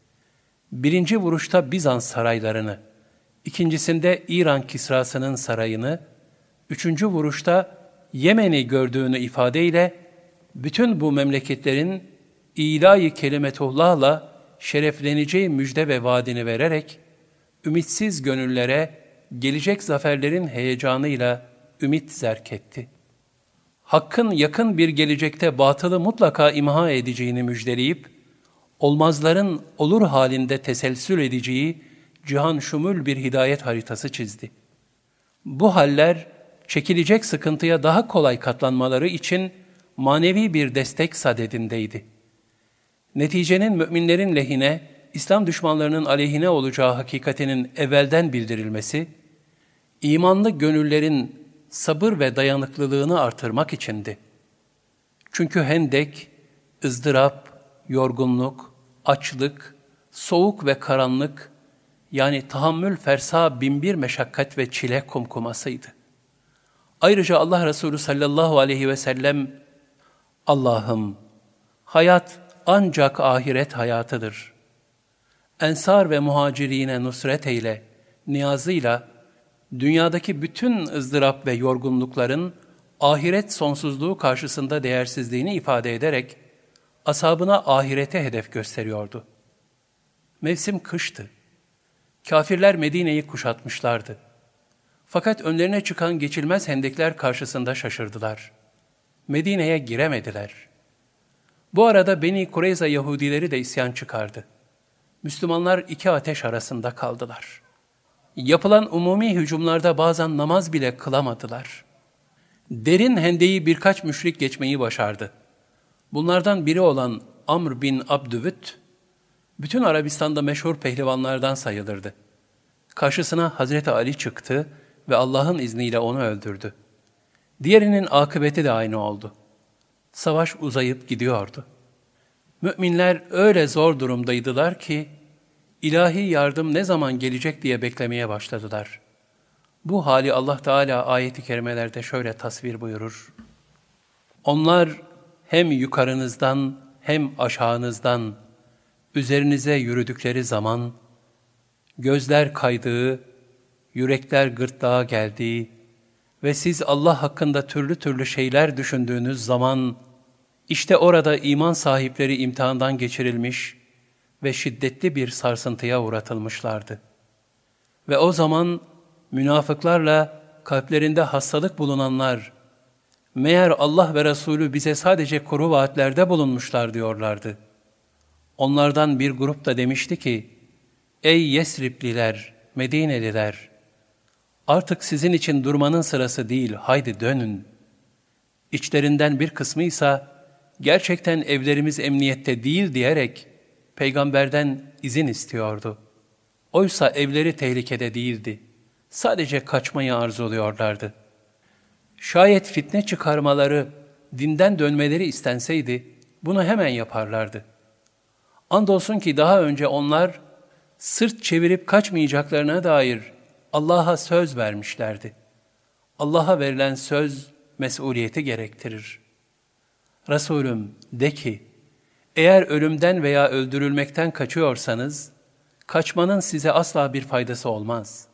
Birinci vuruşta Bizans saraylarını, ikincisinde İran Kisrası'nın sarayını, üçüncü vuruşta Yemen'i gördüğünü ifadeyle bütün bu memleketlerin ilahi kelimetullah'la şerefleneceği müjde ve vaadini vererek, ümitsiz gönüllere gelecek zaferlerin heyecanıyla ümit zerk etti. Hakkın yakın bir gelecekte batılı mutlaka imha edeceğini müjdeleyip, olmazların olur halinde teselsül edeceği cihan şumul bir hidayet haritası çizdi. Bu haller, çekilecek sıkıntıya daha kolay katlanmaları için manevi bir destek sadedindeydi. Neticenin müminlerin lehine, İslam düşmanlarının aleyhine olacağı hakikatinin evvelden bildirilmesi, imanlı gönüllerin sabır ve dayanıklılığını artırmak içindi. Çünkü hendek, ızdırap, yorgunluk, açlık, soğuk ve karanlık, yani tahammül fersa binbir meşakkat ve çile kumkumasıydı. Ayrıca Allah Resulü sallallahu aleyhi ve sellem, Allah'ım, hayat ancak ahiret hayatıdır. Ensar ve muhacirine nusret eyle, niyazıyla, dünyadaki bütün ızdırap ve yorgunlukların ahiret sonsuzluğu karşısında değersizliğini ifade ederek, ashabına ahirete hedef gösteriyordu. Mevsim kıştı. Kafirler Medine'yi kuşatmışlardı. Fakat önlerine çıkan geçilmez hendekler karşısında şaşırdılar. Medine'ye giremediler. Bu arada Beni Kureyza Yahudileri de isyan çıkardı. Müslümanlar iki ateş arasında kaldılar. Yapılan umumi hücumlarda bazen namaz bile kılamadılar. Derin hendeyi birkaç müşrik geçmeyi başardı. Bunlardan biri olan Amr bin Abdüvüt, bütün Arabistan'da meşhur pehlivanlardan sayılırdı. Karşısına Hazreti Ali çıktı ve Allah'ın izniyle onu öldürdü. Diğerinin akıbeti de aynı oldu. Savaş uzayıp gidiyordu. Müminler öyle zor durumdaydılar ki, ilahi yardım ne zaman gelecek diye beklemeye başladılar. Bu hali Allah Teala ayet-i kerimelerde şöyle tasvir buyurur. Onlar hem yukarınızdan hem aşağınızdan üzerinize yürüdükleri zaman, gözler kaydığı, yürekler gırtlağa geldiği ve siz Allah hakkında türlü türlü şeyler düşündüğünüz zaman, işte orada iman sahipleri imtihandan geçirilmiş ve şiddetli bir sarsıntıya uğratılmışlardı. Ve o zaman münafıklarla kalplerinde hastalık bulunanlar, meğer Allah ve Resulü bize sadece kuru vaatlerde bulunmuşlar diyorlardı. Onlardan bir grup da demişti ki, ey Yesripliler, Medineliler, artık sizin için durmanın sırası değil, haydi dönün. İçlerinden bir kısmı ise gerçekten evlerimiz emniyette değil diyerek peygamberden izin istiyordu. Oysa evleri tehlikede değildi. Sadece kaçmayı arzuluyorlardı. Şayet fitne çıkarmaları, dinden dönmeleri istenseydi, bunu hemen yaparlardı. Andolsun ki daha önce onlar, sırt çevirip kaçmayacaklarına dair Allah'a söz vermişlerdi. Allah'a verilen söz, mesuliyeti gerektirir. Resulüm de ki, eğer ölümden veya öldürülmekten kaçıyorsanız, kaçmanın size asla bir faydası olmaz.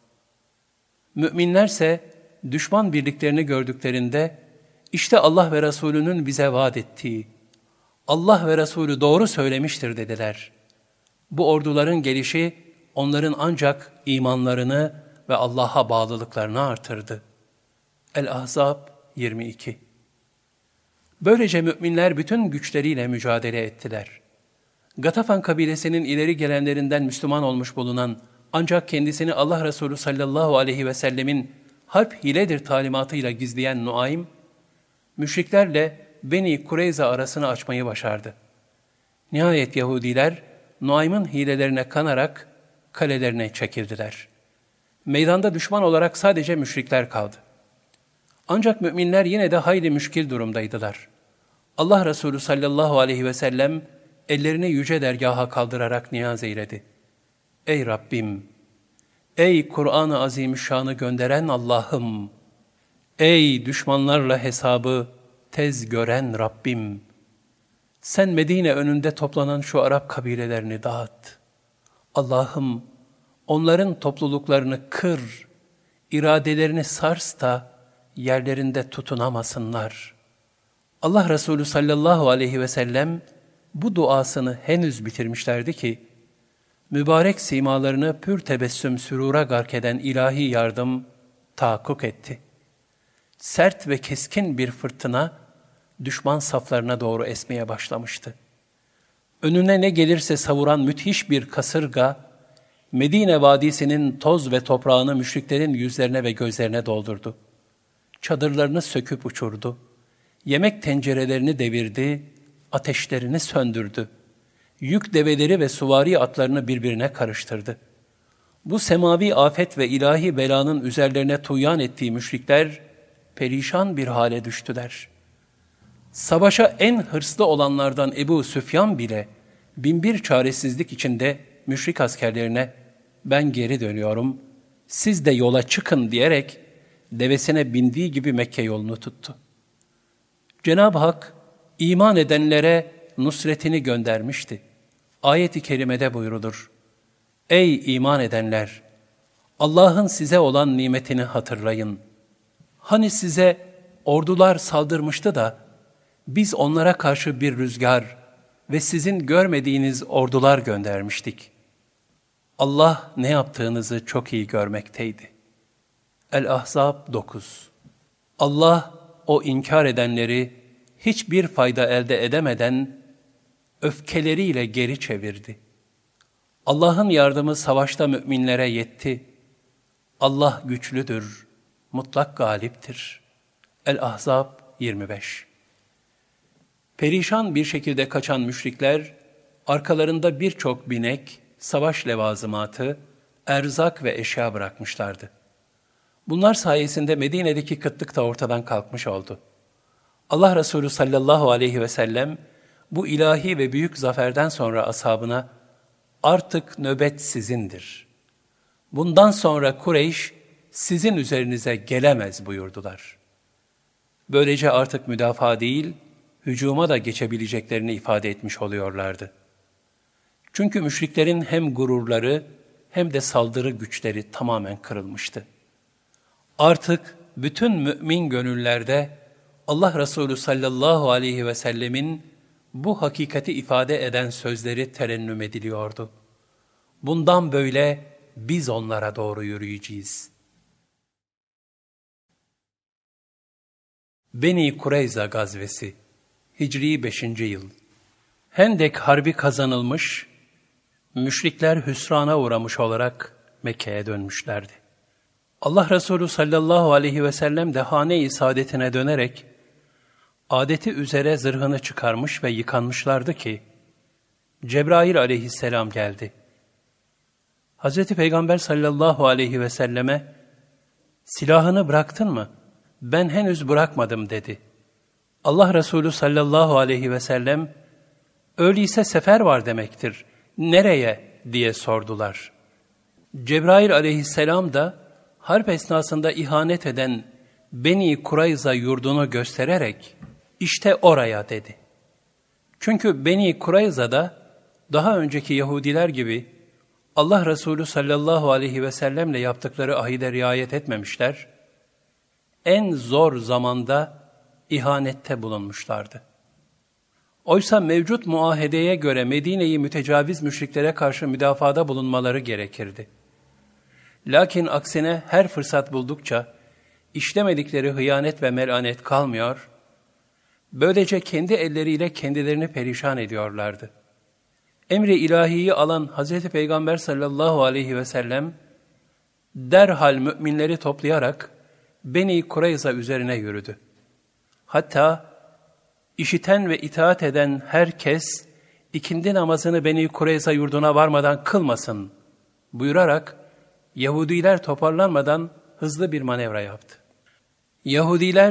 Müminlerse, düşman birliklerini gördüklerinde, işte Allah ve Resulünün bize vaat ettiği, Allah ve Resulü doğru söylemiştir dediler. Bu orduların gelişi, onların ancak imanlarını ve Allah'a bağlılıklarını artırdı. El-Ahzab yirmi iki. Böylece müminler bütün güçleriyle mücadele ettiler. Gatafan kabilesinin ileri gelenlerinden Müslüman olmuş bulunan, ancak kendisini Allah Resulü sallallahu aleyhi ve sellemin harp hiledir talimatıyla gizleyen Nuaym, müşriklerle Beni Kureyza arasını açmayı başardı. Nihayet Yahudiler, Nuaym'ın hilelerine kanarak kalelerine çekildiler. Meydanda düşman olarak sadece müşrikler kaldı. Ancak müminler yine de hayli müşkil durumdaydılar. Allah Resulü sallallahu aleyhi ve sellem ellerini yüce dergaha kaldırarak niyaz eyledi. Ey Rabbim! Ey Kur'an-ı Azimüşşan'ı gönderen Allah'ım! Ey düşmanlarla hesabı tez gören Rabbim! Sen Medine önünde toplanan şu Arap kabilelerini dağıt. Allah'ım onların topluluklarını kır, iradelerini sars da yerlerinde tutunamasınlar. Allah Resulü sallallahu aleyhi ve sellem bu duasını henüz bitirmişlerdi ki, mübarek simalarını pür tebessüm sürura gark eden ilahi yardım tahakkuk etti. Sert ve keskin bir fırtına düşman saflarına doğru esmeye başlamıştı. Önüne ne gelirse savuran müthiş bir kasırga, Medine vadisinin toz ve toprağını müşriklerin yüzlerine ve gözlerine doldurdu. Çadırlarını söküp uçurdu. Yemek tencerelerini devirdi, ateşlerini söndürdü. Yük develeri ve suvari atlarını birbirine karıştırdı. Bu semavi afet ve ilahi belanın üzerlerine tuğyan ettiği müşrikler perişan bir hale düştüler. Savaşa en hırslı olanlardan Ebu Süfyan bile binbir çaresizlik içinde müşrik askerlerine ben geri dönüyorum, siz de yola çıkın diyerek devesine bindiği gibi Mekke yolunu tuttu. Cenab-ı Hak iman edenlere nusretini göndermişti. Ayet-i kerimede buyrulur. Ey iman edenler! Allah'ın size olan nimetini hatırlayın. Hani size ordular saldırmıştı da biz onlara karşı bir rüzgar ve sizin görmediğiniz ordular göndermiştik. Allah ne yaptığınızı çok iyi görmekteydi. El-Ahzab dokuz. Allah o inkar edenleri hiçbir fayda elde edemeden öfkeleriyle geri çevirdi. Allah'ın yardımı savaşta müminlere yetti. Allah güçlüdür, mutlak galiptir. El-Ahzab yirmi beş. Perişan bir şekilde kaçan müşrikler, arkalarında birçok binek, savaş levazımatı, erzak ve eşya bırakmışlardı. Bunlar sayesinde Medine'deki kıtlık da ortadan kalkmış oldu. Allah Resulü sallallahu aleyhi ve sellem bu ilahi ve büyük zaferden sonra ashabına artık nöbet sizindir. Bundan sonra Kureyş sizin üzerinize gelemez buyurdular. Böylece artık müdafaa değil, hücuma da geçebileceklerini ifade etmiş oluyorlardı. Çünkü müşriklerin hem gururları hem de saldırı güçleri tamamen kırılmıştı. Artık bütün mümin gönüllerde Allah Resulü sallallahu aleyhi ve sellemin bu hakikati ifade eden sözleri terennüm ediliyordu. Bundan böyle biz onlara doğru yürüyeceğiz. Beni Kureyza gazvesi, Hicri beşinci yıl. Hendek Harbi kazanılmış, müşrikler hüsrana uğramış olarak Mekke'ye dönmüşlerdi. Allah Resulü sallallahu aleyhi ve sellem de hane-i saadetine dönerek, adeti üzere zırhını çıkarmış ve yıkanmışlardı ki, Cebrail aleyhisselam geldi. Hazreti Peygamber sallallahu aleyhi ve selleme, silahını bıraktın mı? Ben henüz bırakmadım dedi. Allah Resulü sallallahu aleyhi ve sellem, öyleyse sefer var demektir. Nereye? diye sordular. Cebrail aleyhisselam da harp esnasında ihanet eden Beni Kurayza yurdunu göstererek işte oraya dedi. Çünkü Beni Kurayza'da daha önceki Yahudiler gibi Allah Resulü sallallahu aleyhi ve sellemle yaptıkları ahide riayet etmemişler, en zor zamanda ihanette bulunmuşlardı. Oysa mevcut muahedeye göre Medine'yi mütecaviz müşriklere karşı müdafada bulunmaları gerekirdi. Lakin aksine her fırsat buldukça işlemedikleri hıyanet ve melanet kalmıyor, böylece kendi elleriyle kendilerini perişan ediyorlardı. Emri ilahiyi alan Hazreti Peygamber sallallahu aleyhi ve sellem, derhal müminleri toplayarak Beni Kureyza üzerine yürüdü. Hatta işiten ve itaat eden herkes ikindi namazını Beni Kureyza yurduna varmadan kılmasın buyurarak Yahudiler toparlanmadan hızlı bir manevra yaptı. Yahudiler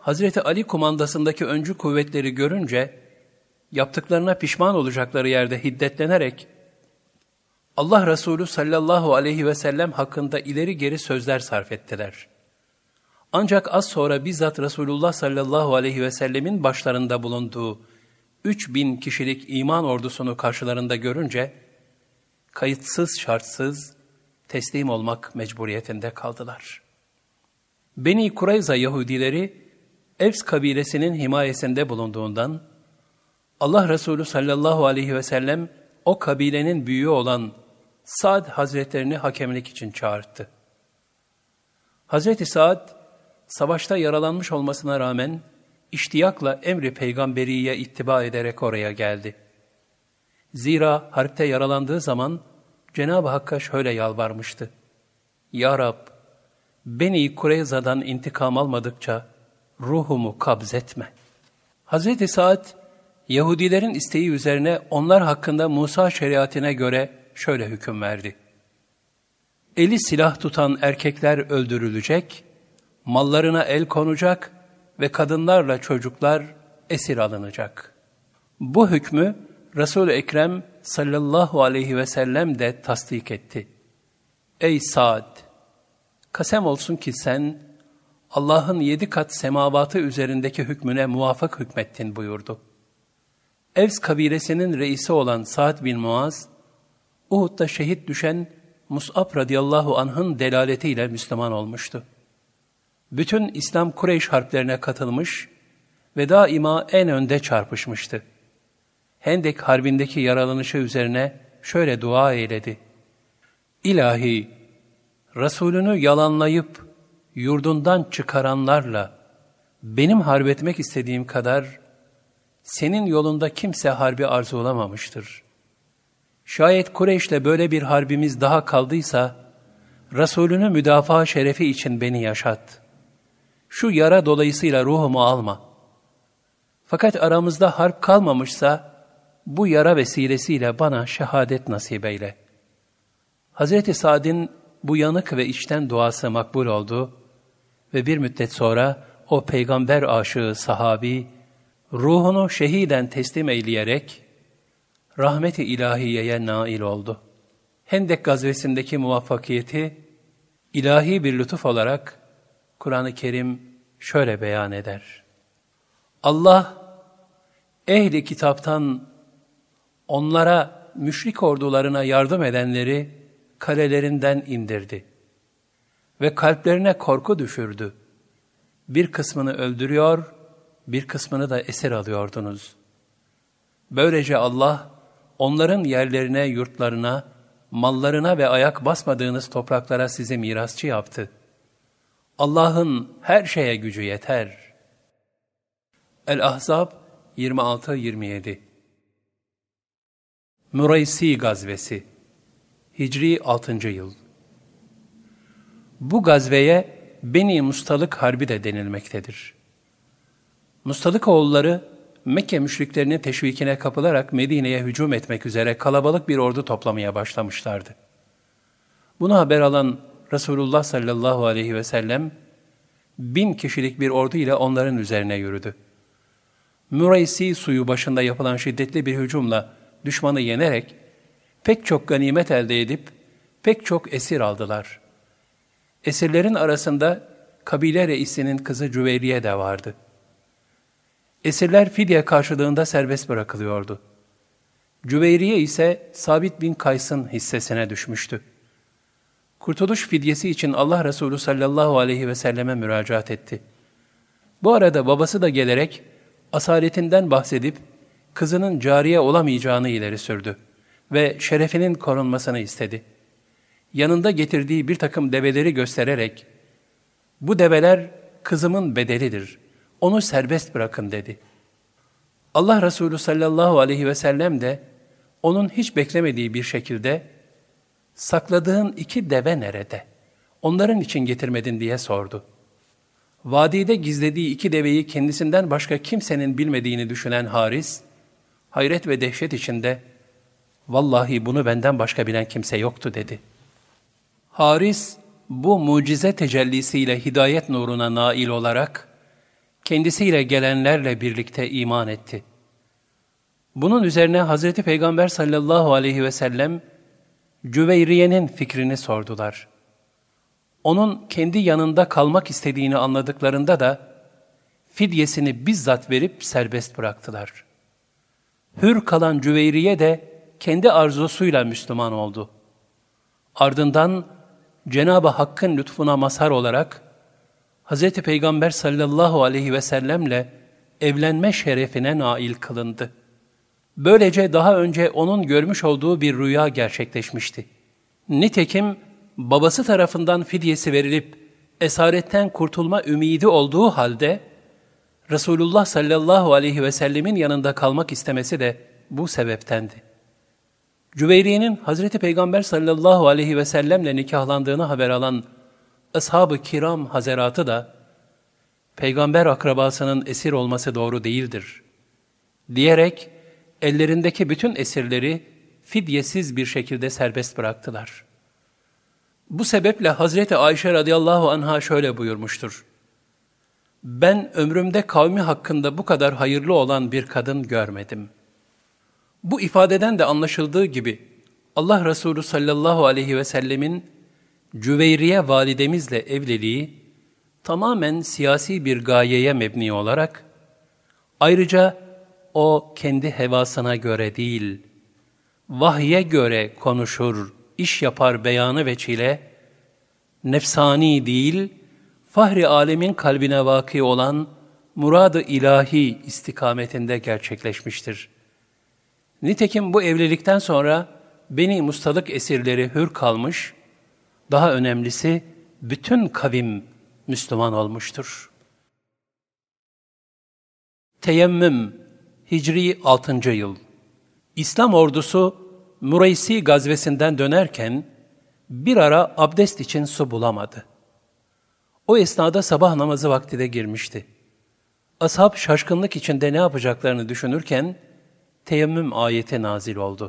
Hazreti Ali kumandasındaki öncü kuvvetleri görünce, yaptıklarına pişman olacakları yerde hiddetlenerek, Allah Resulü sallallahu aleyhi ve sellem hakkında ileri geri sözler sarf ettiler. Ancak az sonra bizzat Resulullah sallallahu aleyhi ve sellemin başlarında bulunduğu üç bin kişilik iman ordusunu karşılarında görünce, kayıtsız şartsız teslim olmak mecburiyetinde kaldılar. Beni Kureyza Yahudileri, Evs kabilesinin himayesinde bulunduğundan, Allah Resulü sallallahu aleyhi ve sellem o kabilenin büyüğü olan Sa'd Hazretlerini hakemlik için çağırdı. Hazreti Sa'd, savaşta yaralanmış olmasına rağmen iştiyakla emri peygamberiye ittiba ederek oraya geldi. Zira harpte yaralandığı zaman Cenab-ı Hakk'a şöyle yalvarmıştı: Ya Rab, Beni Kureyza'dan intikam almadıkça ruhumu kabzetme. Hazreti Sa'd, Yahudilerin isteği üzerine onlar hakkında Musa şeriatine göre şöyle hüküm verdi: Eli silah tutan erkekler öldürülecek, mallarına el konacak ve kadınlarla çocuklar esir alınacak. Bu hükmü Resul-i Ekrem sallallahu aleyhi ve sellem de tasdik etti. Ey Sa'd! Kasem olsun ki sen Allah'ın yedi kat semavatı üzerindeki hükmüne muvafık hükmettin buyurdu. Evs kabilesinin reisi olan Sa'd bin Muaz, Uhud'da şehit düşen Mus'ab radıyallahu anh'ın delaletiyle Müslüman olmuştu. Bütün İslam Kureyş harplerine katılmış ve daima en önde çarpışmıştı. Hendek harbindeki yaralanışı üzerine şöyle dua eyledi: İlahi, Resulünü yalanlayıp yurdundan çıkaranlarla benim harp etmek istediğim kadar senin yolunda kimse harbi arzulamamıştır. Şayet Kureyş'le böyle bir harbimiz daha kaldıysa, Resulünü müdafaa şerefi için beni yaşat. Şu yara dolayısıyla ruhumu alma. Fakat aramızda harp kalmamışsa, bu yara vesilesiyle bana şehadet nasip eyle. Hazreti Sa'd'in bu yanık ve içten duası makbul oldu ve bir müddet sonra o peygamber aşığı sahabi, ruhunu şehiden teslim eyleyerek, rahmet-i ilahiyeye nail oldu. Hendek gazvesindeki muvaffakiyeti, ilahi bir lütuf olarak Kur'an-ı Kerim şöyle beyan eder: Allah, ehli kitaptan onlara, müşrik ordularına yardım edenleri kalelerinden indirdi ve kalplerine korku düşürdü. Bir kısmını öldürüyor, bir kısmını da esir alıyordunuz. Böylece Allah, onların yerlerine, yurtlarına, mallarına ve ayak basmadığınız topraklara sizi mirasçı yaptı. Allah'ın her şeye gücü yeter. El-Ahzab yirmi altı yirmi yedi. Mureysi Gazvesi Hicri altıncı yıl. Bu gazveye Beni Mustalık Harbi de denilmektedir. Mustalık oğulları Mekke müşriklerinin teşvikine kapılarak Medine'ye hücum etmek üzere kalabalık bir ordu toplamaya başlamışlardı. Bunu haber alan Resulullah sallallahu aleyhi ve sellem bin kişilik bir ordu ile onların üzerine yürüdü. Mureysi suyu başında yapılan şiddetli bir hücumla düşmanı yenerek pek çok ganimet elde edip pek çok esir aldılar. Esirlerin arasında kabile reisinin kızı Cüveyriye de vardı. Esirler fidye karşılığında serbest bırakılıyordu. Cüveyriye ise Sabit bin Kays'ın hissesine düşmüştü. Kurtuluş fidyesi için Allah Resulü sallallahu aleyhi ve selleme müracaat etti. Bu arada babası da gelerek asaletinden bahsedip kızının cariye olamayacağını ileri sürdü ve şerefinin korunmasını istedi. Yanında getirdiği bir takım develeri göstererek, "Bu develer kızımın bedelidir, onu serbest bırakın." dedi. Allah Resulü sallallahu aleyhi ve sellem de onun hiç beklemediği bir şekilde, "Sakladığın iki deve nerede? Onların için getirmedin?" diye sordu. Vadide gizlediği iki deveyi kendisinden başka kimsenin bilmediğini düşünen Haris, hayret ve dehşet içinde, "Vallahi bunu benden başka bilen kimse yoktu." dedi. Haris, bu mucize tecellisiyle hidayet nuruna nail olarak, kendisiyle gelenlerle birlikte iman etti. Bunun üzerine Hazreti Peygamber sallallahu aleyhi ve sellem, Cüveyriye'nin fikrini sordular. Onun kendi yanında kalmak istediğini anladıklarında da, fidyesini bizzat verip serbest bıraktılar. Hür kalan Cüveyriye de kendi arzusuyla Müslüman oldu. Ardından Cenab-ı Hakk'ın lütfuna mazhar olarak Hz. Peygamber sallallahu aleyhi ve sellemle evlenme şerefine nail kılındı. Böylece daha önce onun görmüş olduğu bir rüya gerçekleşmişti. Nitekim babası tarafından fidyesi verilip esaretten kurtulma ümidi olduğu halde Resulullah sallallahu aleyhi ve sellemin yanında kalmak istemesi de bu sebeptendi. Cüveyriye'nin Hazreti Peygamber sallallahu aleyhi ve sellemle nikahlandığını haber alan ashab-ı kiram hazeratı da peygamber akrabasının esir olması doğru değildir diyerek ellerindeki bütün esirleri fidyesiz bir şekilde serbest bıraktılar. Bu sebeple Hazreti Ayşe radıyallahu anha şöyle buyurmuştur: "Ben ömrümde kavmi hakkında bu kadar hayırlı olan bir kadın görmedim." Bu ifadeden de anlaşıldığı gibi Allah Resulü sallallahu aleyhi ve sellemin Cüveyriye validemizle evliliği tamamen siyasi bir gayeye mebni olarak, ayrıca o kendi hevasına göre değil, vahye göre konuşur, iş yapar beyanı veçile, nefsani değil, fahri alemin kalbine vaki olan murad-ı ilahi istikametinde gerçekleşmiştir. Nitekim bu evlilikten sonra Beni Mustalık esirleri hür kalmış, daha önemlisi bütün kavim Müslüman olmuştur. Teyemmüm, Hicri altıncı yıl. İslam ordusu Mureysi gazvesinden dönerken bir ara abdest için su bulamadı. O esnada sabah namazı vakti de girmişti. Ashab şaşkınlık içinde ne yapacaklarını düşünürken teyemmüm ayeti nazil oldu.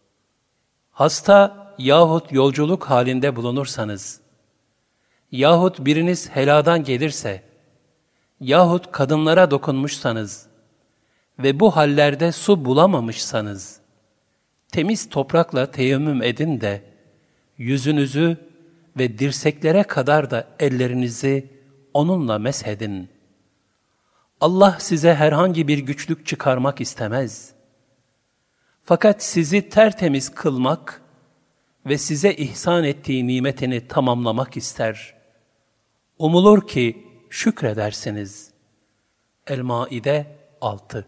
Hasta yahut yolculuk halinde bulunursanız, yahut biriniz heladan gelirse, yahut kadınlara dokunmuşsanız ve bu hallerde su bulamamışsanız, temiz toprakla teyemmüm edin de, yüzünüzü ve dirseklere kadar da ellerinizi onunla meshedin. Allah size herhangi bir güçlük çıkarmak istemez. Fakat sizi tertemiz kılmak ve size ihsan ettiği nimetini tamamlamak ister. Umulur ki şükredersiniz. El-Maide altı.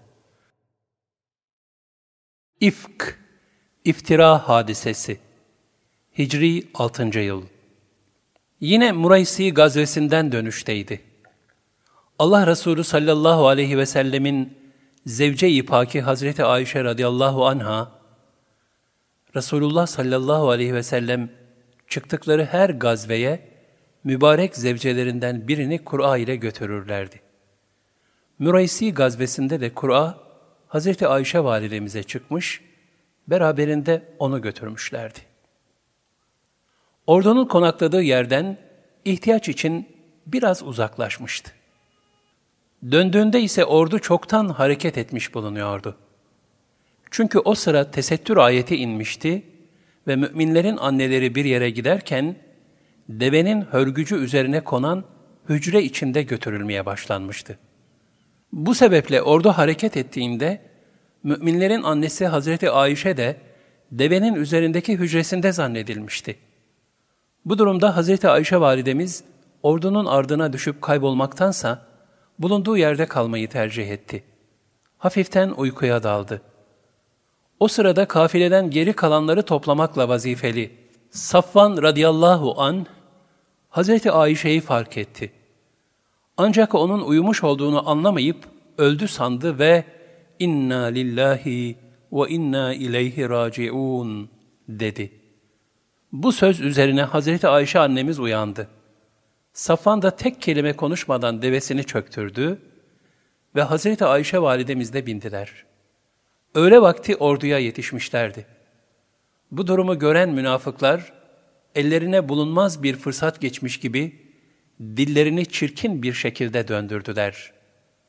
İfk, iftira hadisesi. Hicri altıncı yıl. Yine Mureysi gazvesinden dönüşteydi. Allah Resulü sallallahu aleyhi ve sellemin zevce-i paki Hazreti Ayşe radıyallahu anha, Resulullah sallallahu aleyhi ve sellem çıktıkları her gazveye mübarek zevcelerinden birini Kur'a ile götürürlerdi. Mureysi gazvesinde de Kur'a Hazreti Ayşe validemize çıkmış, beraberinde onu götürmüşlerdi. Ordunun konakladığı yerden ihtiyaç için biraz uzaklaşmıştı. Döndüğünde ise ordu çoktan hareket etmiş bulunuyordu. Çünkü o sıra tesettür ayeti inmişti ve müminlerin anneleri bir yere giderken, devenin hörgücü üzerine konan hücre içinde götürülmeye başlanmıştı. Bu sebeple ordu hareket ettiğinde, müminlerin annesi Hazreti Ayşe de devenin üzerindeki hücresinde zannedilmişti. Bu durumda Hazreti Ayşe validemiz, ordunun ardına düşüp kaybolmaktansa, bulunduğu yerde kalmayı tercih etti. Hafiften uykuya daldı. O sırada kafileden geri kalanları toplamakla vazifeli Safvan radıyallahu anh, Hazreti Ayşe'yi fark etti. Ancak onun uyumuş olduğunu anlamayıp öldü sandı ve "İnna lillahi ve inna ileyhi raciun" dedi. Bu söz üzerine Hazreti Ayşe annemiz uyandı. Safvan da tek kelime konuşmadan devesini çöktürdü ve Hazreti Ayşe validemizle bindiler. Öğle vakti orduya yetişmişlerdi. Bu durumu gören münafıklar, ellerine bulunmaz bir fırsat geçmiş gibi, dillerini çirkin bir şekilde döndürdüler.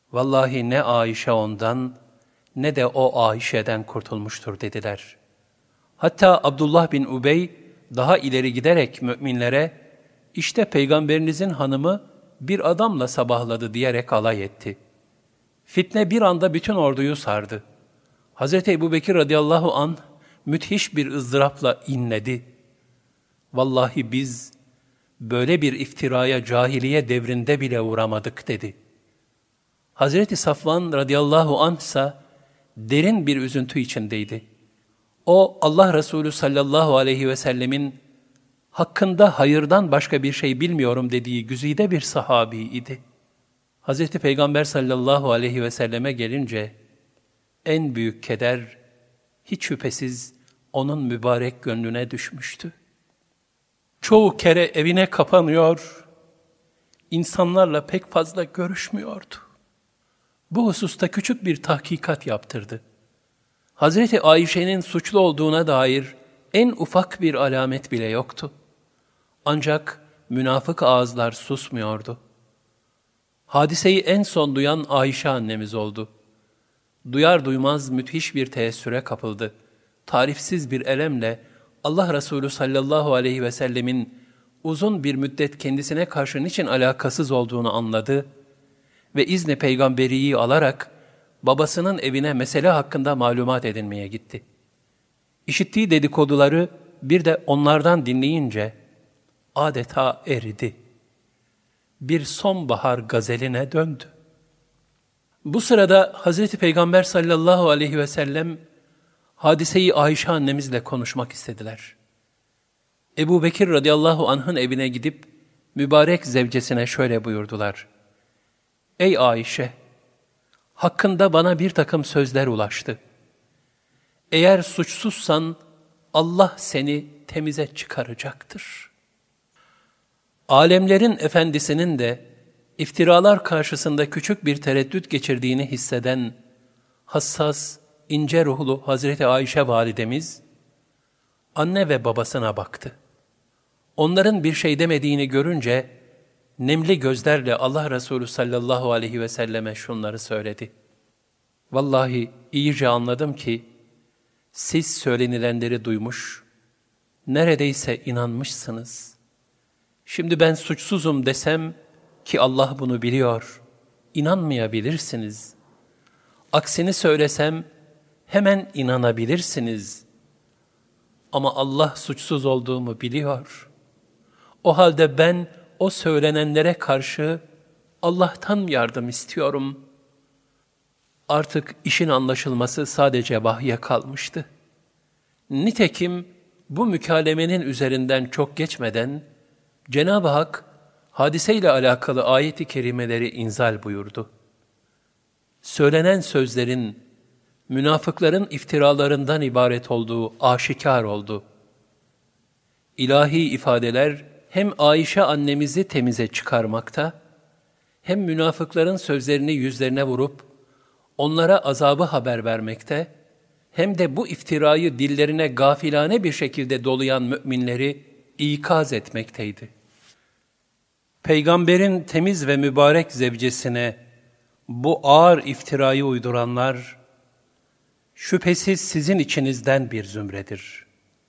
Vallahi ne Ayşe ondan ne de o Ayşe'den kurtulmuştur dediler. Hatta Abdullah bin Ubey daha ileri giderek müminlere işte peygamberinizin hanımı bir adamla sabahladı diyerek alay etti. Fitne bir anda bütün orduyu sardı. Hazreti Ebubekir radıyallahu anh müthiş bir ızdırapla inledi. Vallahi biz böyle bir iftiraya cahiliye devrinde bile uğramadık dedi. Hazreti Safvan radıyallahu anh ise derin bir üzüntü içindeydi. O Allah Resulü sallallahu aleyhi ve sellemin hakkında hayırdan başka bir şey bilmiyorum dediği güzide bir sahabi idi. Hazreti Peygamber sallallahu aleyhi ve selleme gelince en büyük keder hiç şüphesiz onun mübarek gönlüne düşmüştü. Çoğu kere evine kapanıyor, insanlarla pek fazla görüşmüyordu. Bu hususta küçük bir tahkikat yaptırdı. Hazreti Ayşe'nin suçlu olduğuna dair en ufak bir alamet bile yoktu. Ancak münafık ağızlar susmuyordu. Hadiseyi en son duyan Ayşe annemiz oldu. Duyar duymaz müthiş bir teessüre kapıldı. Tarifsiz bir elemle Allah Resulü sallallahu aleyhi ve sellemin uzun bir müddet kendisine karşı niçin alakasız olduğunu anladı ve izni peygamberiyi alarak babasının evine mesele hakkında malumat edinmeye gitti. İşittiği dedikoduları bir de onlardan dinleyince adeta eridi. Bir sonbahar gazeline döndü. Bu sırada Hazreti Peygamber sallallahu aleyhi ve sellem hadiseyi Ayşe annemizle konuşmak istediler. Ebu Bekir radıyallahu anh'ın evine gidip mübarek zevcesine şöyle buyurdular. Ey Ayşe! Hakkında bana bir takım sözler ulaştı. Eğer suçsuzsan Allah seni temize çıkaracaktır. Alemlerin efendisinin de iftiralar karşısında küçük bir tereddüt geçirdiğini hisseden hassas, ince ruhlu Hazreti Ayşe validemiz, anne ve babasına baktı. Onların bir şey demediğini görünce, nemli gözlerle Allah Resulü sallallahu aleyhi ve selleme şunları söyledi. Vallahi iyice anladım ki, siz söylenilenleri duymuş, neredeyse inanmışsınız. Şimdi ben suçsuzum desem ki Allah bunu biliyor, inanmayabilirsiniz. Aksini söylesem hemen inanabilirsiniz. Ama Allah suçsuz olduğumu biliyor. O halde ben o söylenenlere karşı Allah'tan yardım istiyorum. Artık işin anlaşılması sadece vahye kalmıştı. Nitekim bu mükalemenin üzerinden çok geçmeden Cenab-ı Hak hadiseyle alakalı ayet-i kerimeleri inzal buyurdu. Söylenen sözlerin münafıkların iftiralarından ibaret olduğu aşikar oldu. İlahi ifadeler hem Ayşe annemizi temize çıkarmakta, hem münafıkların sözlerini yüzlerine vurup onlara azabı haber vermekte, hem de bu iftirayı dillerine gafilane bir şekilde dolayan müminleri ikaz etmekteydi. Peygamberin temiz ve mübarek zevcesine bu ağır iftirayı uyduranlar, şüphesiz sizin içinizden bir zümredir.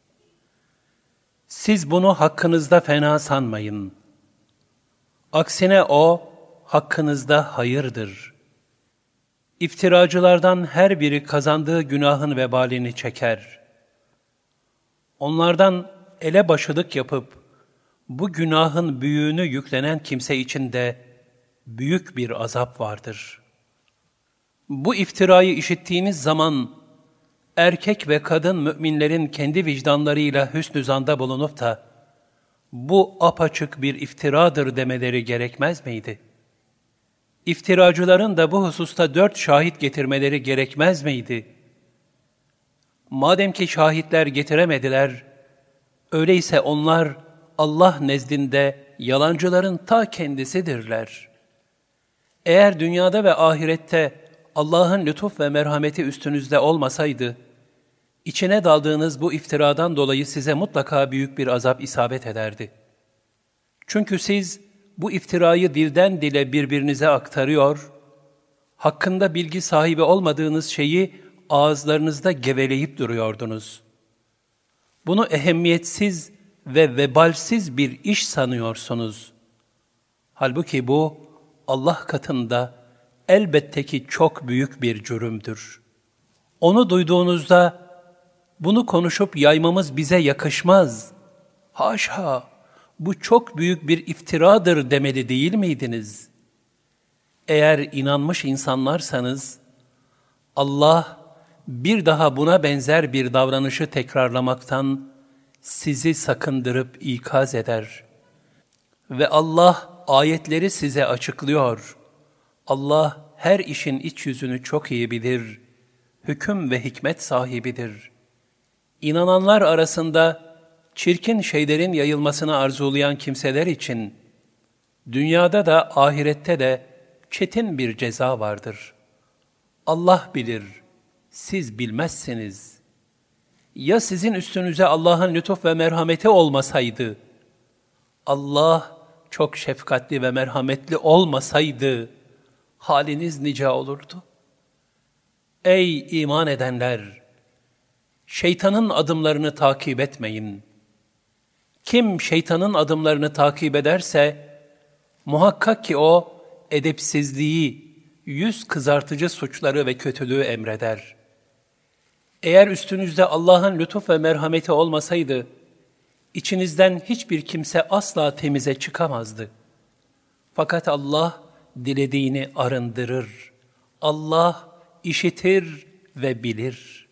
Siz bunu hakkınızda fena sanmayın. Aksine o, hakkınızda hayırdır. İftiracılardan her biri kazandığı günahın vebalini çeker. Onlardan elebaşılık yapıp, bu günahın büyüğünü yüklenen kimse için de büyük bir azap vardır. Bu iftirayı işittiğiniz zaman, erkek ve kadın müminlerin kendi vicdanlarıyla hüsnü zanda bulunup da, bu apaçık bir iftiradır demeleri gerekmez miydi? İftiracıların da bu hususta dört şahit getirmeleri gerekmez miydi? Madem ki şahitler getiremediler, öyleyse onlar Allah nezdinde yalancıların ta kendisidirler. Eğer dünyada ve ahirette Allah'ın lütuf ve merhameti üstünüzde olmasaydı, içine daldığınız bu iftiradan dolayı size mutlaka büyük bir azap isabet ederdi. Çünkü siz bu iftirayı dilden dile birbirinize aktarıyor, Hakkında bilgi sahibi olmadığınız şeyi ağızlarınızda geveleyip duruyordunuz. Bunu ehemmiyetsiz ve vebalsiz bir iş sanıyorsunuz. Halbuki bu Allah katında elbette ki çok büyük bir cürümdür. Onu duyduğunuzda bunu konuşup yaymamız bize yakışmaz. Haşa, bu çok büyük bir iftiradır demeli değil miydiniz? Eğer inanmış insanlarsanız, Allah bir daha buna benzer bir davranışı tekrarlamaktan sizi sakındırıp ikaz eder. Ve Allah ayetleri size açıklıyor. Allah her işin iç yüzünü çok iyi bilir, hüküm ve hikmet sahibidir. İnananlar arasında çirkin şeylerin yayılmasını arzulayan kimseler için, dünyada da ahirette de çetin bir ceza vardır. Allah bilir, siz bilmezsiniz. Ya sizin üstünüze Allah'ın lütuf ve merhameti olmasaydı, Allah çok şefkatli ve merhametli olmasaydı, haliniz nice olurdu? Ey iman edenler! Şeytanın adımlarını takip etmeyin. Kim şeytanın adımlarını takip ederse, muhakkak ki o, edepsizliği, yüz kızartıcı suçları ve kötülüğü emreder. Eğer üstünüzde Allah'ın lütuf ve merhameti olmasaydı, içinizden hiçbir kimse asla temize çıkamazdı. Fakat Allah dilediğini arındırır. Allah işitir ve bilir.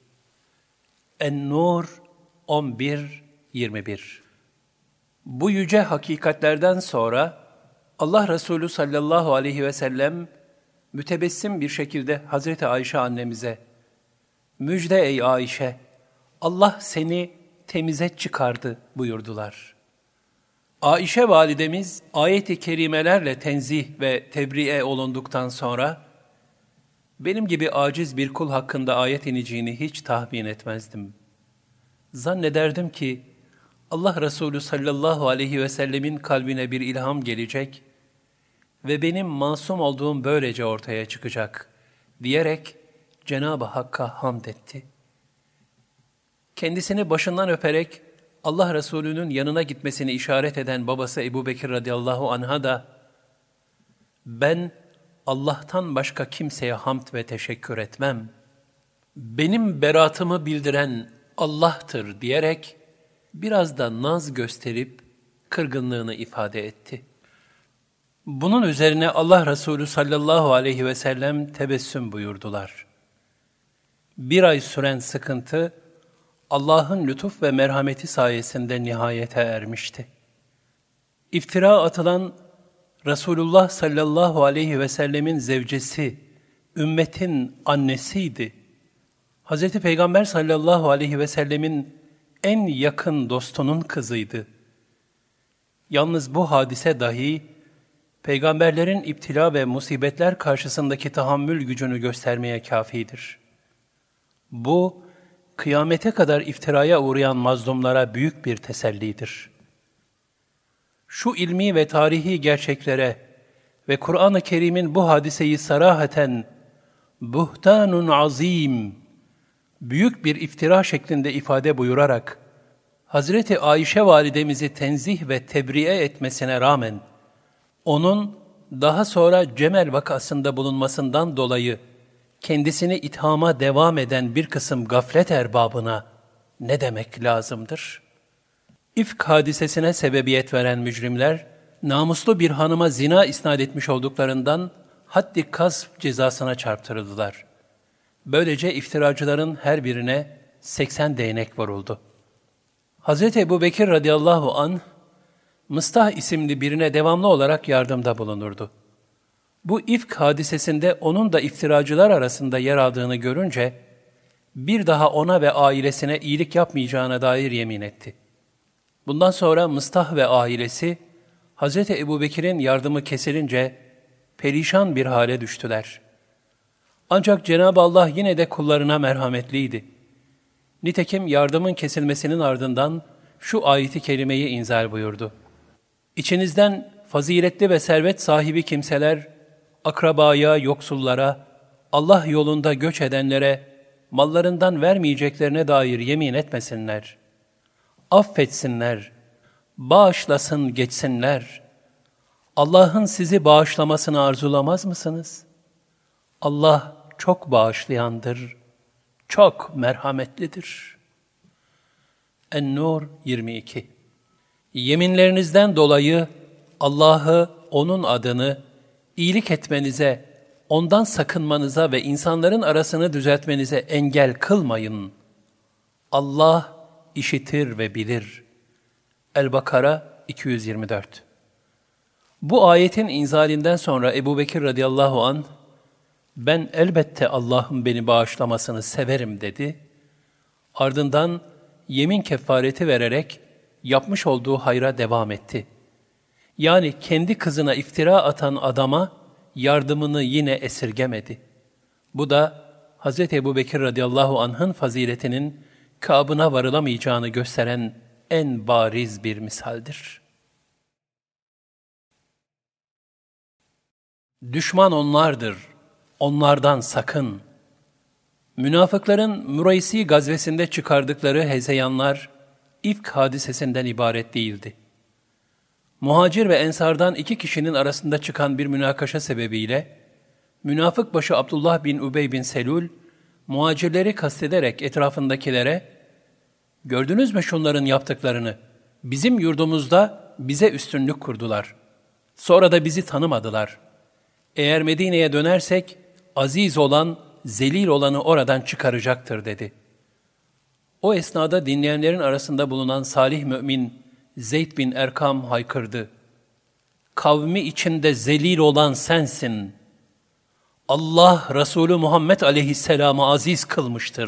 En-Nur on bir yirmi bir. Bu yüce hakikatlerden sonra Allah Resulü sallallahu aleyhi ve sellem mütebessim bir şekilde Hazreti Ayşe annemize, "Müjde ey Ayşe, Allah seni temize çıkardı" buyurdular. Ayşe validemiz ayet-i kerimelerle tenzih ve tebriğe olunduktan sonra, benim gibi aciz bir kul hakkında ayet ineceğini hiç tahmin etmezdim. Zannederdim ki Allah Resulü sallallahu aleyhi ve sellemin kalbine bir ilham gelecek ve benim masum olduğum böylece ortaya çıkacak diyerek Cenab-ı Hakk'a hamd etti. Kendisini başından öperek Allah Resulü'nün yanına gitmesini işaret eden babası Ebu Bekir radıyallahu anh'a da ben Allah'tan başka kimseye hamd ve teşekkür etmem. Benim beratımı bildiren Allah'tır diyerek biraz da naz gösterip kırgınlığını ifade etti. Bunun üzerine Allah Resulü sallallahu aleyhi ve sellem tebessüm buyurdular. Bir ay süren sıkıntı Allah'ın lütuf ve merhameti sayesinde nihayete ermişti. İftira atılan Resulullah sallallahu aleyhi ve sellemin zevcesi, ümmetin annesiydi. Hz. Peygamber sallallahu aleyhi ve sellemin en yakın dostunun kızıydı. Yalnız bu hadise dahi, peygamberlerin iptila ve musibetler karşısındaki tahammül gücünü göstermeye kafidir. Bu, kıyamete kadar iftiraya uğrayan mazlumlara büyük bir tesellidir. Şu ilmi ve tarihi gerçeklere ve Kur'an-ı Kerim'in bu hadiseyi sarahaten buhtanun azim, büyük bir iftira şeklinde ifade buyurarak Hazreti Ayşe validemizi tenzih ve tebriye etmesine rağmen onun daha sonra Cemel vakasında bulunmasından dolayı kendisini ithama devam eden bir kısım gaflet erbabına ne demek lazımdır? İfk hadisesine sebebiyet veren mücrimler, namuslu bir hanıma zina isnat etmiş olduklarından haddi kasf cezasına çarptırıldılar. Böylece iftiracıların her birine seksen değnek vuruldu. Hazreti Ebu Bekir radıyallahu anh, Mıstah isimli birine devamlı olarak yardımda bulunurdu. Bu ifk hadisesinde onun da iftiracılar arasında yer aldığını görünce, bir daha ona ve ailesine iyilik yapmayacağına dair yemin etti. Bundan sonra Mıstah ve ailesi, Hazreti Ebu Bekir'in yardımı kesilince, perişan bir hale düştüler. Ancak Cenab-ı Allah yine de kullarına merhametliydi. Nitekim yardımın kesilmesinin ardından şu ayeti kerimeyi inzal buyurdu. İçinizden faziletli ve servet sahibi kimseler, akrabaya, yoksullara, Allah yolunda göç edenlere mallarından vermeyeceklerine dair yemin etmesinler. Affetsinler, bağışlasın geçsinler. Allah'ın sizi bağışlamasını arzulamaz mısınız? Allah çok bağışlayandır, çok merhametlidir. En-Nur yirmi iki. Yeminlerinizden dolayı Allah'ı, onun adını iyilik etmenize, ondan sakınmanıza ve insanların arasını düzeltmenize engel kılmayın. Allah işitir ve bilir. El-Bakara iki yüz yirmi dört. Bu ayetin inzalinden sonra Ebu Bekir radıyallahu anh, ben elbette Allah'ın beni bağışlamasını severim dedi. Ardından yemin kefareti vererek yapmış olduğu hayra devam etti. Yani kendi kızına iftira atan adama yardımını yine esirgemedi. Bu da Hazreti Ebu Bekir radıyallahu anh'ın faziletinin kabına varılamayacağını gösteren en bariz bir misaldir. Düşman onlardır, onlardan sakın. Münafıkların Muraysi gazvesinde çıkardıkları hezeyanlar, İfk hadisesinden ibaret değildi. Muhacir ve Ensardan iki kişinin arasında çıkan bir münakaşa sebebiyle, münafık başı Abdullah bin Ubey bin Selul, muhacirleri kastederek etrafındakilere, gördünüz mü şunların yaptıklarını, bizim yurdumuzda bize üstünlük kurdular. Sonra da bizi tanımadılar. Eğer Medine'ye dönersek, aziz olan, zelil olanı oradan çıkaracaktır dedi. O esnada dinleyenlerin arasında bulunan salih mümin Zeyd bin Erkam haykırdı. Kavmi içinde zelil olan sensin. Allah Resulü Muhammed aleyhisselamı aziz kılmıştır.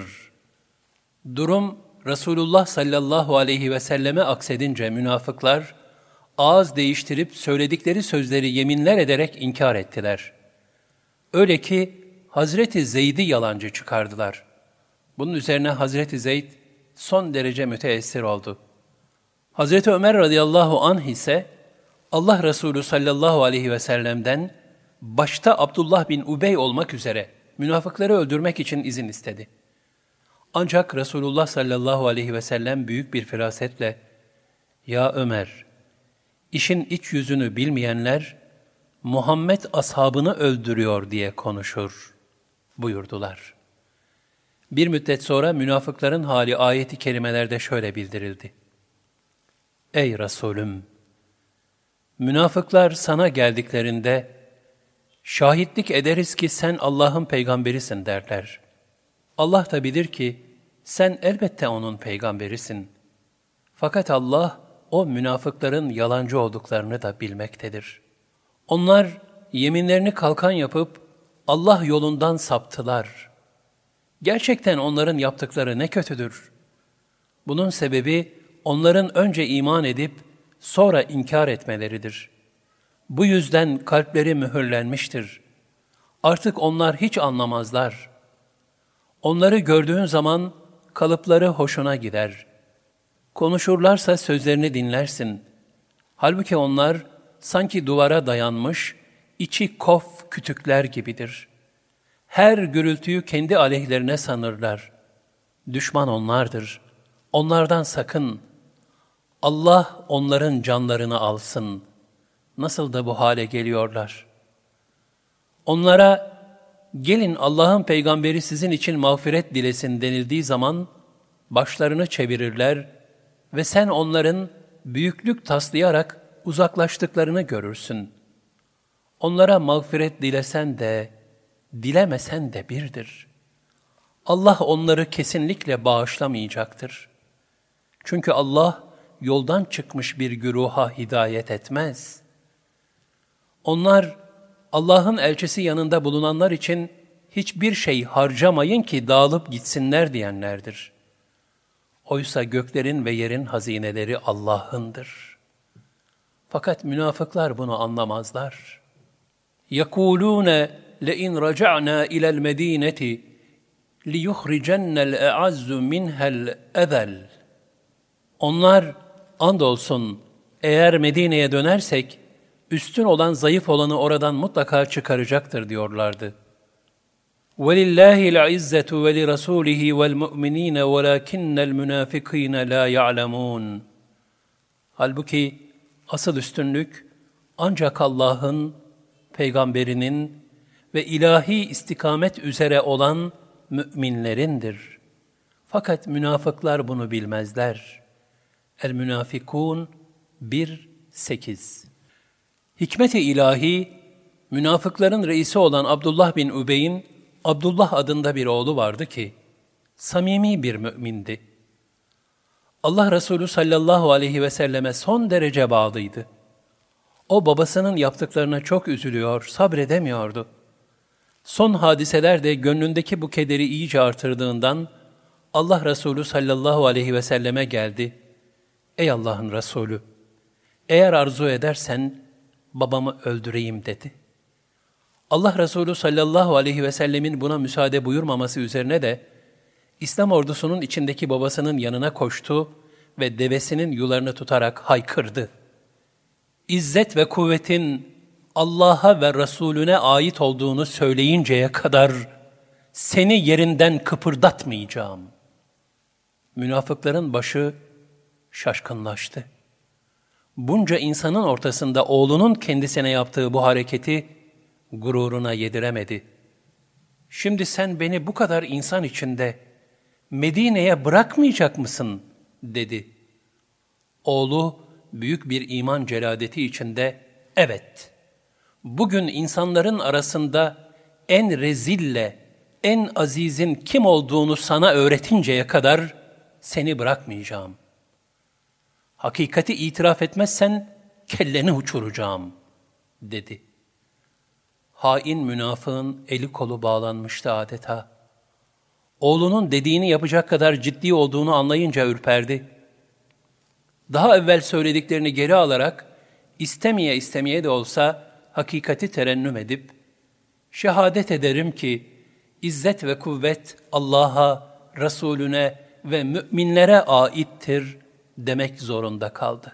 Durum Resulullah sallallahu aleyhi ve selleme aksedince münafıklar ağız değiştirip söyledikleri sözleri yeminler ederek inkar ettiler. Öyle ki Hazreti Zeyd'i yalancı çıkardılar. Bunun üzerine Hazreti Zeyd son derece müteessir oldu. Hazreti Ömer radıyallahu anh ise Allah Resulü sallallahu aleyhi ve sellem'den başta Abdullah bin Ubey olmak üzere münafıkları öldürmek için izin istedi. Ancak Resulullah sallallahu aleyhi ve sellem büyük bir firasetle, "Ya Ömer, işin iç yüzünü bilmeyenler Muhammed ashabını öldürüyor diye konuşur," buyurdular. Bir müddet sonra münafıkların hali ayeti kerimelerde şöyle bildirildi. Ey Resulüm! Münafıklar sana geldiklerinde, şahitlik ederiz ki sen Allah'ın peygamberisin derler. Allah da bilir ki sen elbette onun peygamberisin. Fakat Allah o münafıkların yalancı olduklarını da bilmektedir. Onlar yeminlerini kalkan yapıp Allah yolundan saptılar. Gerçekten onların yaptıkları ne kötüdür. Bunun sebebi onların önce iman edip sonra inkar etmeleridir. Bu yüzden kalpleri mühürlenmiştir. Artık onlar hiç anlamazlar. Onları gördüğün zaman kalıpları hoşuna gider. Konuşurlarsa sözlerini dinlersin. Halbuki onlar sanki duvara dayanmış, içi kof kütükler gibidir. Her gürültüyü kendi aleyhlerine sanırlar. Düşman onlardır. Onlardan sakın. Allah onların canlarını alsın. Nasıl da bu hale geliyorlar. Onlara, gelin Allah'ın peygamberi sizin için mağfiret dilesin denildiği zaman, başlarını çevirirler ve sen onların büyüklük taslayarak uzaklaştıklarını görürsün. Onlara mağfiret dilesen de, dilemesen de birdir. Allah onları kesinlikle bağışlamayacaktır. Çünkü Allah yoldan çıkmış bir güruha hidayet etmez. Onlar Allah'ın elçisi yanında bulunanlar için hiçbir şey harcamayın ki dağılıp gitsinler diyenlerdir. Oysa göklerin ve yerin hazineleri Allah'ındır. Fakat münafıklar bunu anlamazlar. يَقُولُونَ لَاِنْ رَجَعْنَا اِلَى الْمَد۪ينَةِ لِيُخْرِجَنَّ الْاَعَزُّ مِنْهَا الْاَذَلِ Onlar, andolsun eğer Medine'ye dönersek, üstün olan zayıf olanı oradan mutlaka çıkaracaktır diyorlardı. وَلِلَّهِ الْعِزَّةُ وَلِرَسُولِهِ وَالْمُؤْمِنِينَ وَلَكِنَّ الْمُنَافِقِينَ لَا يَعْلَمُونَ. Halbuki asıl üstünlük ancak Allah'ın, peygamberinin ve ilahi istikamet üzere olan müminlerindir. Fakat münafıklar bunu bilmezler. El-Münafikun bir sekiz. Hikmet-i ilahi, münafıkların reisi olan Abdullah bin Übey'in Abdullah adında bir oğlu vardı ki, samimi bir mümindi. Allah Resulü sallallahu aleyhi ve selleme son derece bağlıydı. O babasının yaptıklarına çok üzülüyor, sabredemiyordu. Son hadiseler de gönlündeki bu kederi iyice artırdığından Allah Resulü sallallahu aleyhi ve selleme geldi. Ey Allah'ın Resulü, eğer arzu edersen babamı öldüreyim dedi. Allah Resulü sallallahu aleyhi ve sellemin buna müsaade buyurmaması üzerine de İslam ordusunun içindeki babasının yanına koştu ve devesinin yularını tutarak haykırdı. İzzet ve kuvvetin Allah'a ve Resulüne ait olduğunu söyleyinceye kadar seni yerinden kıpırdatmayacağım. Münafıkların başı şaşkınlaştı. Bunca insanın ortasında oğlunun kendisine yaptığı bu hareketi gururuna yediremedi. Şimdi sen beni bu kadar insan içinde Medine'ye bırakmayacak mısın? Dedi. Oğlu büyük bir iman celadeti içinde, evet, bugün insanların arasında en rezille, en azizin kim olduğunu sana öğretinceye kadar seni bırakmayacağım. Hakikati itiraf etmezsen kelleni uçuracağım, dedi. Hain münafığın eli kolu bağlanmıştı adeta. Oğlunun dediğini yapacak kadar ciddi olduğunu anlayınca ürperdi. Daha evvel söylediklerini geri alarak, istemeye istemeye de olsa hakikati terennüm edip, şehadet ederim ki, izzet ve kuvvet Allah'a, Resulüne ve müminlere aittir demek zorunda kaldı.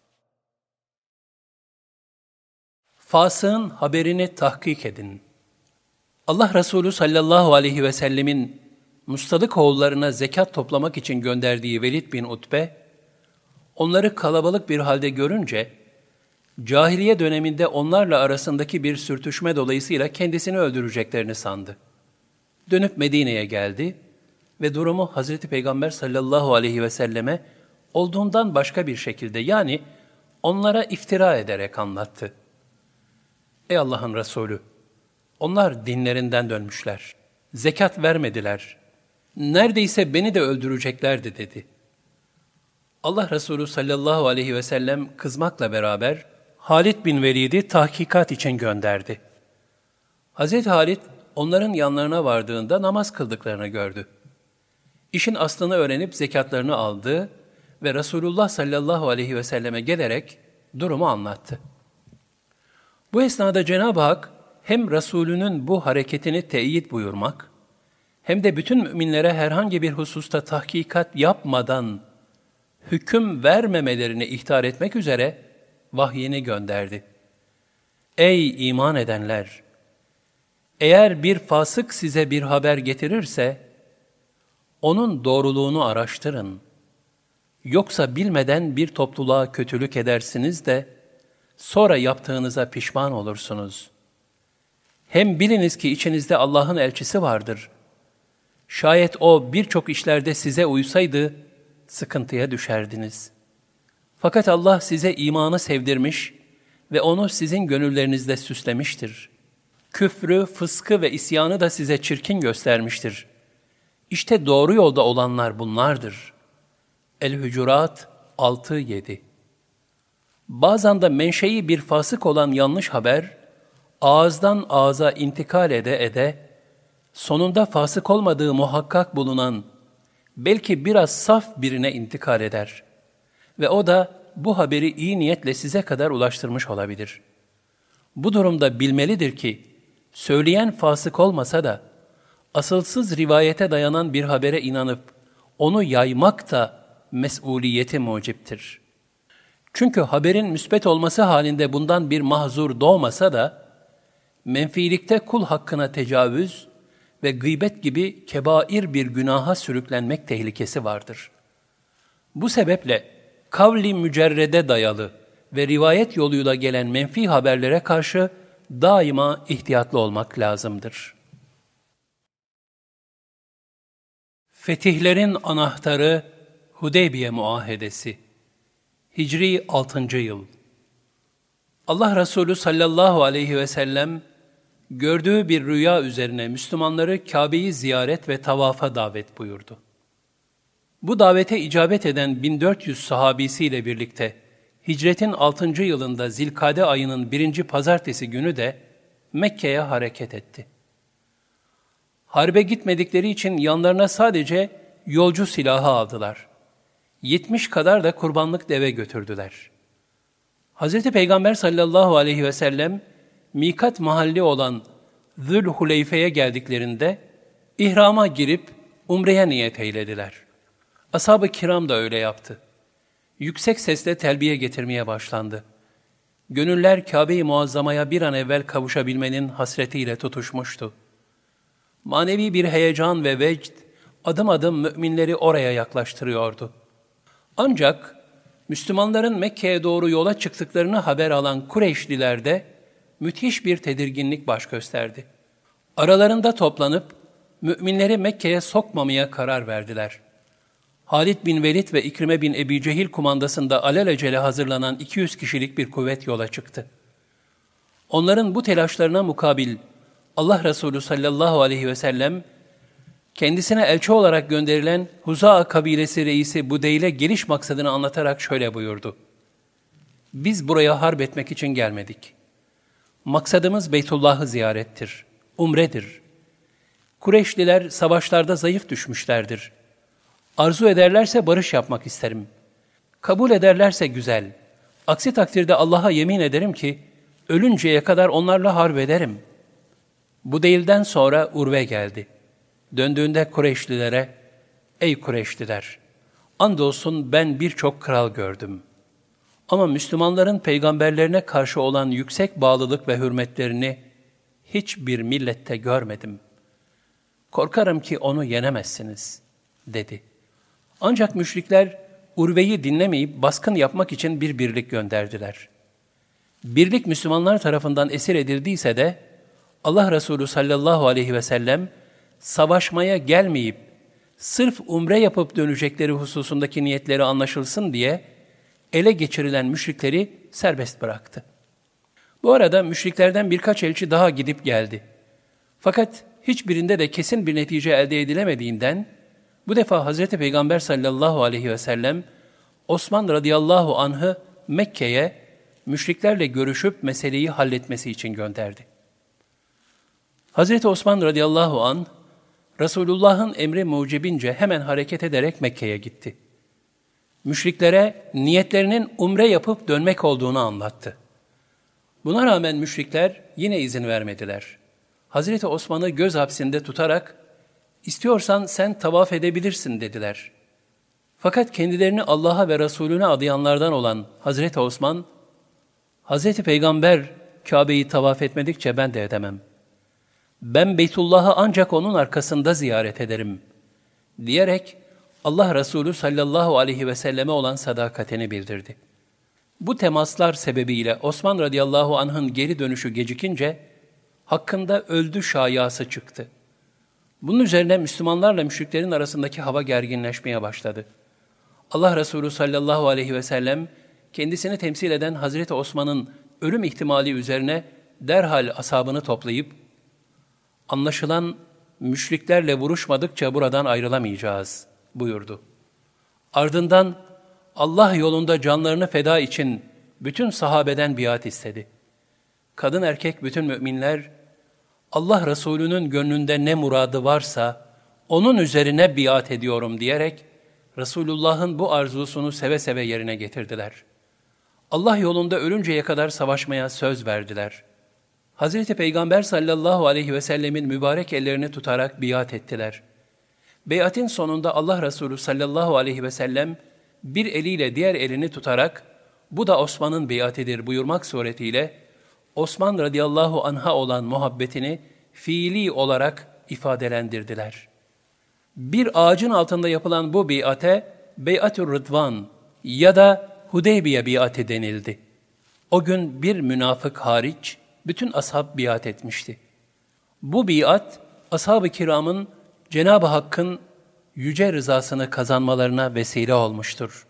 Fasığın haberini tahkik edin. Allah Resulü sallallahu aleyhi ve sellemin Mustadık oğullarına zekat toplamak için gönderdiği Velid bin Utbe, onları kalabalık bir halde görünce, cahiliye döneminde onlarla arasındaki bir sürtüşme dolayısıyla kendisini öldüreceklerini sandı. Dönüp Medine'ye geldi ve durumu Hazreti Peygamber sallallahu aleyhi ve selleme olduğundan başka bir şekilde, yani onlara iftira ederek anlattı. Ey Allah'ın Resulü! Onlar dinlerinden dönmüşler. Zekat vermediler. Neredeyse beni de öldüreceklerdi dedi. Allah Resulü sallallahu aleyhi ve sellem kızmakla beraber Halid bin Velid'i tahkikat için gönderdi. Hazreti Halid onların yanlarına vardığında namaz kıldıklarını gördü. İşin aslını öğrenip zekatlarını aldı ve Resulullah sallallahu aleyhi ve selleme gelerek durumu anlattı. Bu esnada Cenab-ı Hak hem Resulünün bu hareketini teyit buyurmak, hem de bütün müminlere herhangi bir hususta tahkikat yapmadan hüküm vermemelerini ihtar etmek üzere vahyini gönderdi. Ey iman edenler! Eğer bir fasık size bir haber getirirse, onun doğruluğunu araştırın. Yoksa bilmeden bir topluluğa kötülük edersiniz de, sonra yaptığınıza pişman olursunuz. Hem biliniz ki içinizde Allah'ın elçisi vardır. Şayet o birçok işlerde size uysaydı, sıkıntıya düşerdiniz. Fakat Allah size imanı sevdirmiş ve onu sizin gönüllerinizde süslemiştir. Küfrü, fıskı ve isyanı da size çirkin göstermiştir. İşte doğru yolda olanlar bunlardır. El-Hücurat altı yedi. Bazen de menşei bir fasık olan yanlış haber, ağızdan ağza intikal ede ede, sonunda fasık olmadığı muhakkak bulunan, belki biraz saf birine intikal eder. Ve o da bu haberi iyi niyetle size kadar ulaştırmış olabilir. Bu durumda bilmelidir ki, söyleyen fasık olmasa da, asılsız rivayete dayanan bir habere inanıp, onu yaymak da mesuliyeti muciptir. Çünkü haberin müsbet olması halinde bundan bir mahzur doğmasa da, menfilikte kul hakkına tecavüz ve gıybet gibi kebair bir günaha sürüklenmek tehlikesi vardır. Bu sebeple kavli mücerrede dayalı ve rivayet yoluyla gelen menfi haberlere karşı daima ihtiyatlı olmak lazımdır. Fetihlerin anahtarı Hudeybiye Muahedesi. Hicri altıncı yıl. Allah Resulü sallallahu aleyhi ve sellem gördüğü bir rüya üzerine Müslümanları Kabe'yi ziyaret ve tavafa davet buyurdu. Bu davete icabet eden bin dört yüz sahabisiyle birlikte hicretin altıncı yılında Zilkade ayının birinci pazartesi günü de Mekke'ye hareket etti. Harbe gitmedikleri için yanlarına sadece yolcu silahı aldılar. Yetmiş kadar da kurbanlık deve götürdüler. Hazreti Peygamber sallallahu aleyhi ve sellem mikat mahalli olan Zülhuleyfe'ye geldiklerinde ihrama girip umreye niyet eylediler. Ashab-ı kiram da öyle yaptı. Yüksek sesle telbiye getirmeye başlandı. Gönüller Kabe-i Muazzama'ya bir an evvel kavuşabilmenin hasretiyle tutuşmuştu. Manevi bir heyecan ve vecd adım adım müminleri oraya yaklaştırıyordu. Ancak Müslümanların Mekke'ye doğru yola çıktıklarını haber alan Kureyşlilerde müthiş bir tedirginlik baş gösterdi. Aralarında toplanıp müminleri Mekke'ye sokmamaya karar verdiler. Halid bin Velid ve İkrime bin Ebi Cehil kumandasında alelacele hazırlanan iki yüz kişilik bir kuvvet yola çıktı. Onların bu telaşlarına mukabil Allah Resulü sallallahu aleyhi ve sellem kendisine elçi olarak gönderilen Huza'a kabilesi reisi Budeyl'e geliş maksadını anlatarak şöyle buyurdu. Biz buraya harp etmek için gelmedik. Maksadımız Beytullah'ı ziyarettir, umredir. Kureyşliler savaşlarda zayıf düşmüşlerdir. Arzu ederlerse barış yapmak isterim. Kabul ederlerse güzel. Aksi takdirde Allah'a yemin ederim ki ölünceye kadar onlarla harp ederim. Budeyl'den sonra Urve geldi. Döndüğünde Kureyşlilere, ey Kureyşliler, andolsun ben birçok kral gördüm. Ama Müslümanların peygamberlerine karşı olan yüksek bağlılık ve hürmetlerini hiçbir millette görmedim. Korkarım ki onu yenemezsiniz, dedi. Ancak müşrikler Urve'yi dinlemeyip baskın yapmak için bir birlik gönderdiler. Birlik Müslümanlar tarafından esir edildiyse de Allah Resulü sallallahu aleyhi ve sellem savaşmaya gelmeyip sırf umre yapıp dönecekleri hususundaki niyetleri anlaşılsın diye ele geçirilen müşrikleri serbest bıraktı. Bu arada müşriklerden birkaç elçi daha gidip geldi. Fakat hiçbirinde de kesin bir netice elde edilemediğinden bu defa Hazreti Peygamber sallallahu aleyhi ve sellem Osman radıyallahu anh'ı Mekke'ye müşriklerle görüşüp meseleyi halletmesi için gönderdi. Hazreti Osman radıyallahu anh Resulullah'ın emri mucibince hemen hareket ederek Mekke'ye gitti. Müşriklere niyetlerinin umre yapıp dönmek olduğunu anlattı. Buna rağmen müşrikler yine izin vermediler. Hazreti Osman'ı göz hapsinde tutarak, "İstiyorsan sen tavaf edebilirsin," dediler. Fakat kendilerini Allah'a ve Resulüne adayanlardan olan Hazreti Osman, "Hazreti Peygamber Kabe'yi tavaf etmedikçe ben de edemem. Ben Beytullah'ı ancak onun arkasında ziyaret ederim," diyerek Allah Resulü sallallahu aleyhi ve selleme olan sadakatini bildirdi. Bu temaslar sebebiyle Osman radıyallahu anh'ın geri dönüşü gecikince hakkında öldü şayası çıktı. Bunun üzerine Müslümanlarla müşriklerin arasındaki hava gerginleşmeye başladı. Allah Resulü sallallahu aleyhi ve sellem kendisini temsil eden Hazreti Osman'ın ölüm ihtimali üzerine derhal ashabını toplayıp, "Anlaşılan müşriklerle vuruşmadıkça buradan ayrılamayacağız," buyurdu. Ardından Allah yolunda canlarını feda için bütün sahabeden biat istedi. Kadın erkek bütün müminler, Allah Resulü'nün gönlünde ne muradı varsa onun üzerine biat ediyorum diyerek Resulullah'ın bu arzusunu seve seve yerine getirdiler. Allah yolunda ölünceye kadar savaşmaya söz verdiler. Hazreti Peygamber sallallahu aleyhi ve sellemin mübarek ellerini tutarak biat ettiler. Beyatin sonunda Allah Resulü sallallahu aleyhi ve sellem bir eliyle diğer elini tutarak "Bu da Osman'ın beyatidir," buyurmak suretiyle Osman radıyallahu anh'a olan muhabbetini fiili olarak ifadelendirdiler. Bir ağacın altında yapılan bu biate Beyat-ü Rıdvan ya da Hudeybiye biatı denildi. O gün bir münafık hariç bütün ashab biat etmişti. Bu biat, ashab-ı kiramın Cenab-ı Hakk'ın yüce rızasını kazanmalarına vesile olmuştur.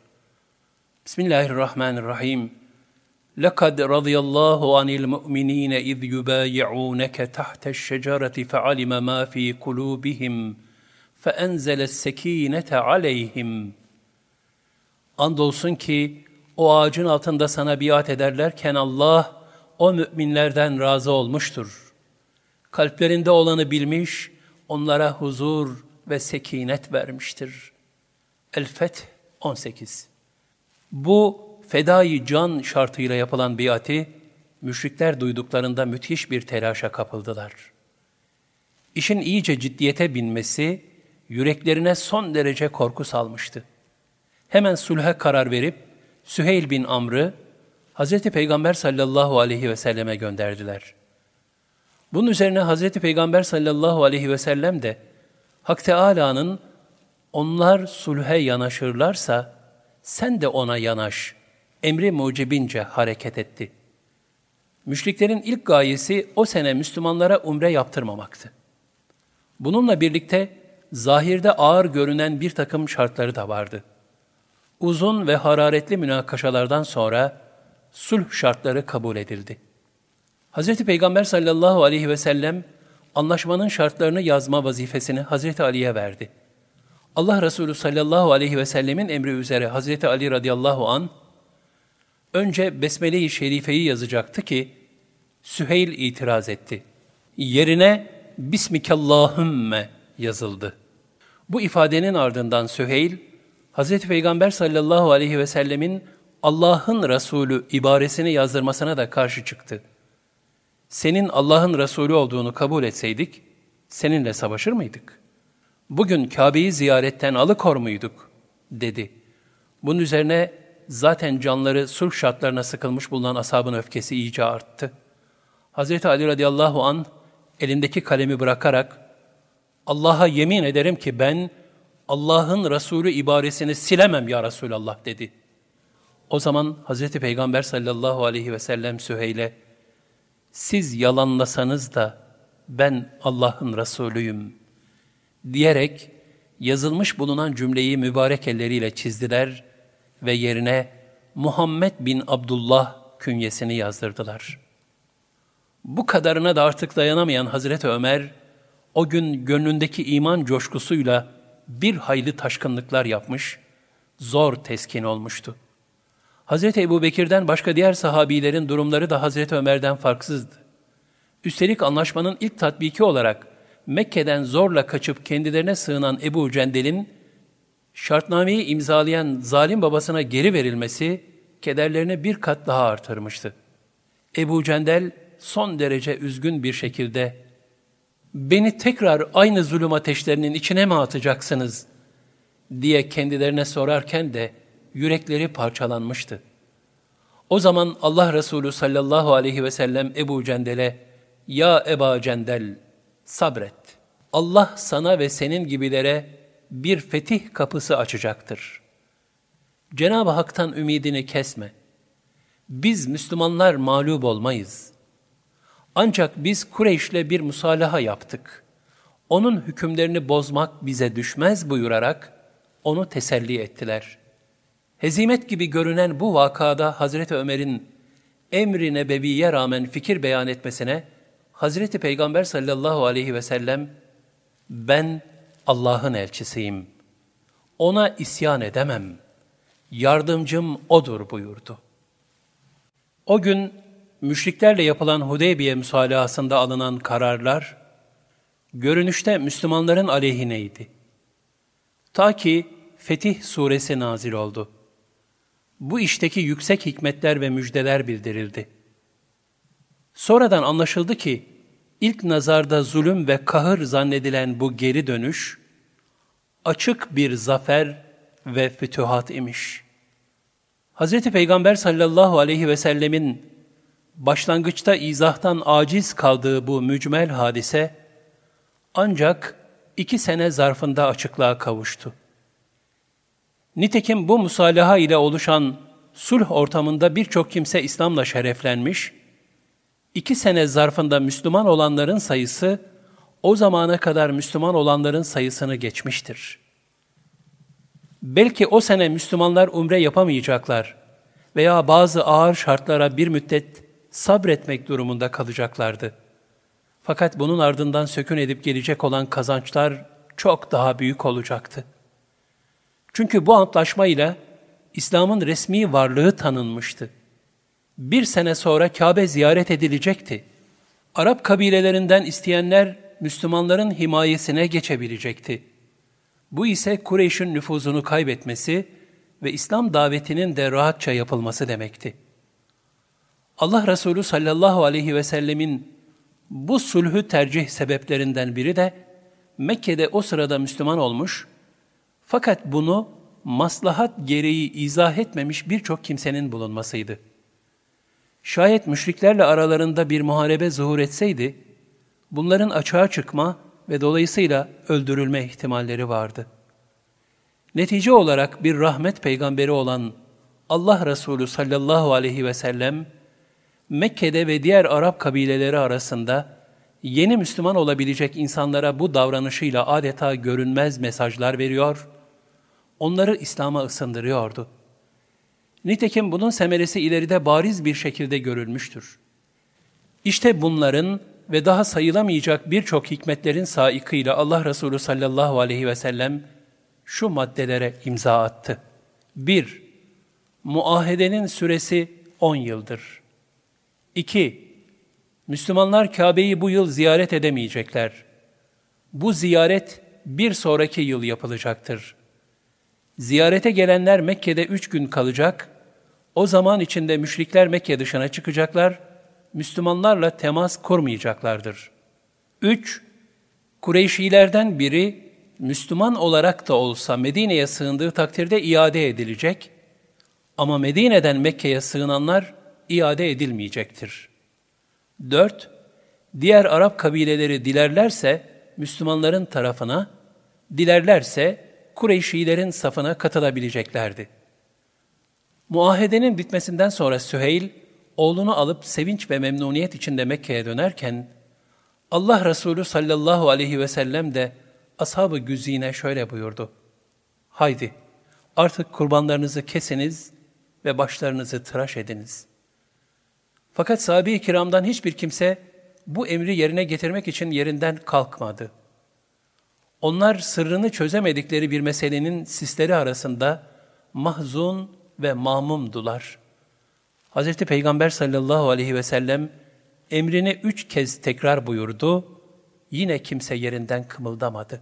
Bismillahirrahmanirrahim. لَقَدْ رَضِيَ اللّٰهُ عَنِ الْمُؤْمِنِينَ اِذْ يُبَايِعُونَكَ تَحْتَ الشَّجَرَةِ فَعَلِمَ مَا فِي قُلُوبِهِمْ فَاَنْزَلَ السَّك۪ينَةَ عَلَيْهِمْ. Andolsun ki o ağacın altında sana biat ederlerken Allah o müminlerden razı olmuştur. Kalplerinde olanı bilmiş, onlara huzur ve sekinet vermiştir. El-Feth on sekiz. Bu fedai can şartıyla yapılan biati, müşrikler duyduklarında müthiş bir telaşa kapıldılar. İşin iyice ciddiyete binmesi, yüreklerine son derece korku salmıştı. Hemen sulhe karar verip, Süheyl bin Amr'ı, Hazreti Peygamber sallallahu aleyhi ve selleme gönderdiler. Bunun üzerine Hazreti Peygamber sallallahu aleyhi ve sellem de, Hak Teâlâ'nın, onlar sulhe yanaşırlarsa, sen de ona yanaş, emri mucibince hareket etti. Müşriklerin ilk gayesi o sene Müslümanlara umre yaptırmamaktı. Bununla birlikte zahirde ağır görünen bir takım şartları da vardı. Uzun ve hararetli münakaşalardan sonra sulh şartları kabul edildi. Hazreti Peygamber sallallahu aleyhi ve sellem anlaşmanın şartlarını yazma vazifesini Hazreti Ali'ye verdi. Allah Resulü sallallahu aleyhi ve sellemin emri üzere Hazreti Ali radıyallahu anh önce Besmele-i Şerife'yi yazacaktı ki Süheyl itiraz etti. Yerine Bismikallahümme yazıldı. Bu ifadenin ardından Süheyl, Hazreti Peygamber sallallahu aleyhi ve sellemin Allah'ın Resulü ibaresini yazdırmasına da karşı çıktı. Senin Allah'ın Resulü olduğunu kabul etseydik, seninle savaşır mıydık? Bugün Kabe'yi ziyaretten alıkor muyduk? Dedi. Bunun üzerine zaten canları sulh şartlarına sıkılmış bulunan ashabın öfkesi iyice arttı. Hazreti Ali radıyallahu anh elindeki kalemi bırakarak, Allah'a yemin ederim ki ben Allah'ın Resulü ibaresini silemem ya Resulallah dedi. O zaman Hazreti Peygamber sallallahu aleyhi ve sellem Süheyl'e, siz yalanlasanız da ben Allah'ın Resulüyüm diyerek yazılmış bulunan cümleyi mübarek elleriyle çizdiler ve yerine Muhammed bin Abdullah künyesini yazdırdılar. Bu kadarına da artık dayanamayan Hazreti Ömer, o gün gönlündeki iman coşkusuyla bir hayli taşkınlıklar yapmış, zor teskin olmuştu. Hazreti Ebubekir'den başka diğer sahabilerin durumları da Hazreti Ömer'den farksızdı. Üstelik anlaşmanın ilk tatbiki olarak Mekke'den zorla kaçıp kendilerine sığınan Ebu Cendel'in şartnameyi imzalayan zalim babasına geri verilmesi kederlerini bir kat daha artırmıştı. Ebu Cendel son derece üzgün bir şekilde "Beni tekrar aynı zulüm ateşlerinin içine mi atacaksınız?" diye kendilerine sorarken de yürekleri parçalanmıştı. O zaman Allah Resulü sallallahu aleyhi ve sellem Ebu Cendel'e "Ya Eba Cendel, sabret. Allah sana ve senin gibilere bir fetih kapısı açacaktır. Cenab-ı Hak'tan ümidini kesme. Biz Müslümanlar mağlup olmayız. Ancak biz Kureyş'le bir musalaha yaptık. Onun hükümlerini bozmak bize düşmez buyurarak onu teselli ettiler. Hezimet gibi görünen bu vakada Hazreti Ömer'in emri nebeviye rağmen fikir beyan etmesine Hazreti Peygamber sallallahu aleyhi ve sellem ben Allah'ın elçisiyim. Ona isyan edemem. Yardımcım O'dur buyurdu. O gün müşriklerle yapılan Hudeybiye müsalahasında alınan kararlar, görünüşte Müslümanların aleyhineydi. Ta ki Fetih suresi nazil oldu. Bu işteki yüksek hikmetler ve müjdeler bildirildi. Sonradan anlaşıldı ki, ilk nazarda zulüm ve kahır zannedilen bu geri dönüş, açık bir zafer ve fütühat imiş. Hazreti Peygamber sallallahu aleyhi ve sellemin başlangıçta izahtan aciz kaldığı bu mücmel hadise, Ancak iki sene zarfında açıklığa kavuştu. Nitekim bu musalaha ile oluşan sulh ortamında birçok kimse İslam'la şereflenmiş, iki sene zarfında Müslüman olanların sayısı, o zamana kadar Müslüman olanların sayısını geçmiştir. Belki o sene Müslümanlar umre yapamayacaklar veya bazı ağır şartlara bir müddet sabretmek durumunda kalacaklardı. Fakat bunun ardından sökün edip gelecek olan kazançlar çok daha büyük olacaktı. Çünkü bu antlaşma ile İslam'ın resmi varlığı tanınmıştı. Bir sene sonra Kabe ziyaret edilecekti. Arap kabilelerinden isteyenler Müslümanların himayesine geçebilecekti. Bu ise Kureyş'in nüfuzunu kaybetmesi ve İslam davetinin de rahatça yapılması demekti. Allah Resulü sallallahu aleyhi ve sellemin bu sulhü tercih sebeplerinden biri de Mekke'de o sırada Müslüman olmuş, fakat bunu maslahat gereği izah etmemiş birçok kimsenin bulunmasıydı. Şayet müşriklerle aralarında bir muharebe zuhur etseydi, bunların açığa çıkma ve dolayısıyla öldürülme ihtimalleri vardı. Netice olarak bir rahmet peygamberi olan Allah Resulü sallallahu aleyhi ve sellem, Mekke'de ve diğer Arap kabileleri arasında yeni Müslüman olabilecek insanlara bu davranışıyla adeta görünmez mesajlar veriyor, onları İslam'a ısındırıyordu. Nitekim bunun semeresi ileride bariz bir şekilde görülmüştür. İşte bunların ve daha sayılamayacak birçok hikmetlerin saikıyla Allah Resulü sallallahu aleyhi ve sellem şu maddelere imza attı. bir. Muahedenin süresi on yıldır. iki. Müslümanlar Kabe'yi bu yıl ziyaret edemeyecekler. Bu ziyaret bir sonraki yıl yapılacaktır. Ziyarete gelenler Mekke'de üç gün kalacak, o zaman içinde müşrikler Mekke dışına çıkacaklar, Müslümanlarla temas kurmayacaklardır. üç. Kureyşilerden biri, Müslüman olarak da olsa Medine'ye sığındığı takdirde iade edilecek, ama Medine'den Mekke'ye sığınanlar iade edilmeyecektir. dört. Diğer Arap kabileleri dilerlerse Müslümanların tarafına, dilerlerse Kureyşilerin safına katılabileceklerdi. Muahedenin bitmesinden sonra Süheyl, oğlunu alıp sevinç ve memnuniyet içinde Mekke'ye dönerken, Allah Resulü sallallahu aleyhi ve sellem de ashab-ı güzine şöyle buyurdu. Haydi, artık kurbanlarınızı kesiniz ve başlarınızı tıraş ediniz. Fakat sahabe-i kiramdan hiçbir kimse bu emri yerine getirmek için yerinden kalkmadı. Onlar sırrını çözemedikleri bir meselenin sisleri arasında mahzun ve mamumdular. Hazreti Peygamber sallallahu aleyhi ve sellem emrini üç kez tekrar buyurdu, yine kimse yerinden kımıldamadı.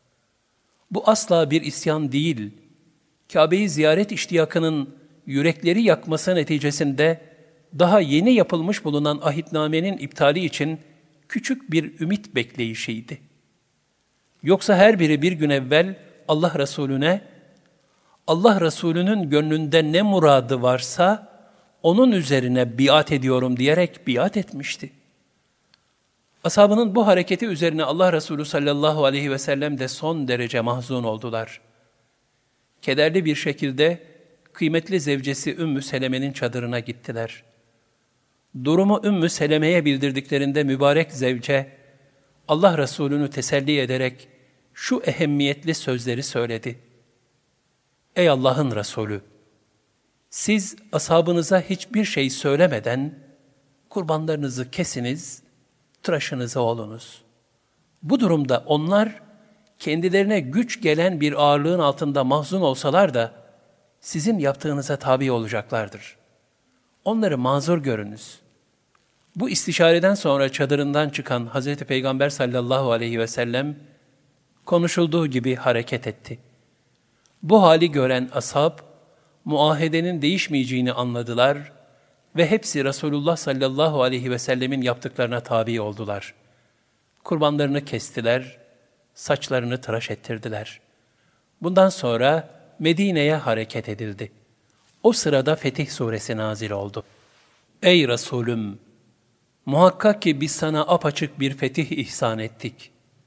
Bu asla bir isyan değil, Kabe'yi ziyaret iştiyakının yürekleri yakması neticesinde daha yeni yapılmış bulunan ahitnamenin iptali için küçük bir ümit bekleyişiydi. Yoksa her biri bir gün evvel Allah Resulüne, Allah Resulü'nün gönlünde ne muradı varsa onun üzerine biat ediyorum diyerek biat etmişti. Ashabının bu hareketi üzerine Allah Resulü sallallahu aleyhi ve sellem de son derece mahzun oldular. Kederli bir şekilde kıymetli zevcesi Ümmü Seleme'nin çadırına gittiler. Durumu Ümmü Seleme'ye bildirdiklerinde mübarek zevce, Allah Resulü'nü teselli ederek şu ehemmiyetli sözleri söyledi. Ey Allah'ın Resulü! Siz ashabınıza hiçbir şey söylemeden kurbanlarınızı kesiniz, tıraşınızı olunuz. Bu durumda onlar kendilerine güç gelen bir ağırlığın altında mahzun olsalar da sizin yaptığınıza tabi olacaklardır. Onları mazur görünüz. Bu istişareden sonra çadırından çıkan Hazreti Peygamber sallallahu aleyhi ve sellem konuşulduğu gibi hareket etti. Bu hali gören ashab, muahedenin değişmeyeceğini anladılar ve hepsi Resulullah sallallahu aleyhi ve sellemin yaptıklarına tabi oldular. Kurbanlarını kestiler, saçlarını tıraş ettirdiler. Bundan sonra Medine'ye hareket edildi. O sırada Fetih Suresi nazil oldu. Ey Resulüm! Muhakkak ki biz sana apaçık bir fetih ihsan ettik.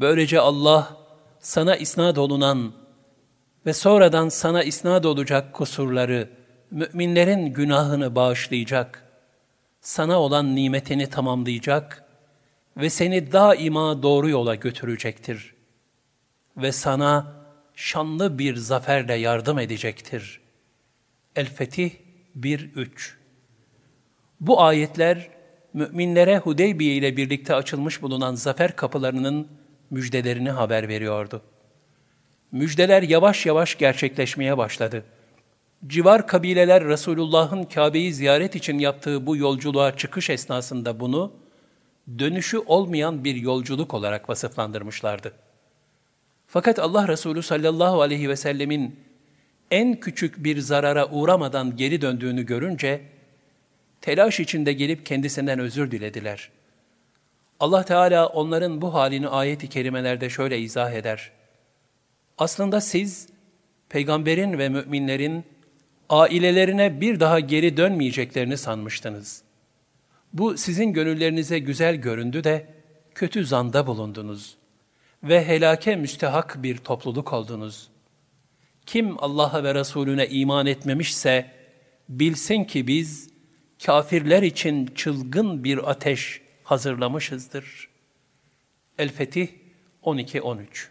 Böylece Allah sana isnat olunan ve sonradan sana isnat olacak kusurları, müminlerin günahını bağışlayacak, sana olan nimetini tamamlayacak ve seni daima doğru yola götürecektir. Ve sana şanlı bir zaferle yardım edecektir. El-Fetih bir üç. Bu ayetler, müminlere Hudeybiye ile birlikte açılmış bulunan zafer kapılarının müjdelerini haber veriyordu. Müjdeler yavaş yavaş gerçekleşmeye başladı. Civar kabileler Resulullah'ın Kabe'yi ziyaret için yaptığı bu yolculuğa çıkış esnasında bunu, dönüşü olmayan bir yolculuk olarak vasıflandırmışlardı. Fakat Allah Resulü sallallahu aleyhi ve sellemin en küçük bir zarara uğramadan geri döndüğünü görünce, telaş içinde gelip kendisinden özür dilediler. Allah Teala onların bu halini ayet-i kerimelerde şöyle izah eder. Aslında siz, peygamberin ve müminlerin ailelerine bir daha geri dönmeyeceklerini sanmıştınız. Bu sizin gönüllerinize güzel göründü de kötü zanda bulundunuz ve helake müstehak bir topluluk oldunuz. Kim Allah'a ve Resulüne iman etmemişse, bilsin ki biz, kafirler için çılgın bir ateş hazırlamışızdır. El-Fetih on iki on üç.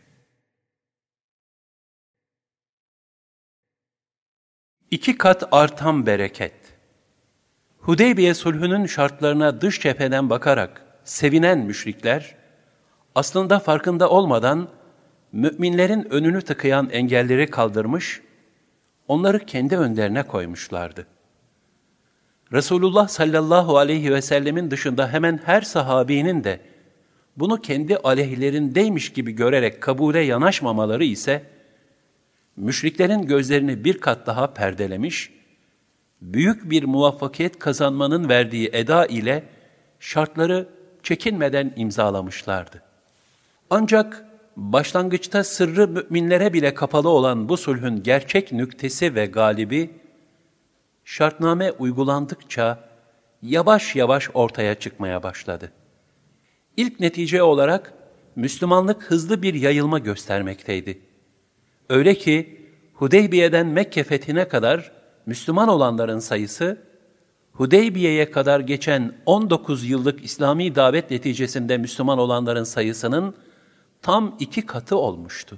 İki kat artan bereket. Hudeybiye sulhünün şartlarına dış cepheden bakarak sevinen müşrikler, aslında farkında olmadan müminlerin önünü tıkayan engelleri kaldırmış, onları kendi önlerine koymuşlardı. Resulullah sallallahu aleyhi ve sellemin dışında hemen her sahabinin de bunu kendi aleyhlerindeymiş gibi görerek kabule yanaşmamaları ise, müşriklerin gözlerini bir kat daha perdelemiş, büyük bir muvaffakiyet kazanmanın verdiği eda ile şartları çekinmeden imzalamışlardı. Ancak başlangıçta sırrı müminlere bile kapalı olan bu sulhün gerçek nüktesi ve galibi, şartname uygulandıkça yavaş yavaş ortaya çıkmaya başladı. İlk netice olarak Müslümanlık hızlı bir yayılma göstermekteydi. Öyle ki Hudeybiye'den Mekke fethine kadar Müslüman olanların sayısı, Hudeybiye'ye kadar geçen on dokuz yıllık İslami davet neticesinde Müslüman olanların sayısının tam iki katı olmuştu.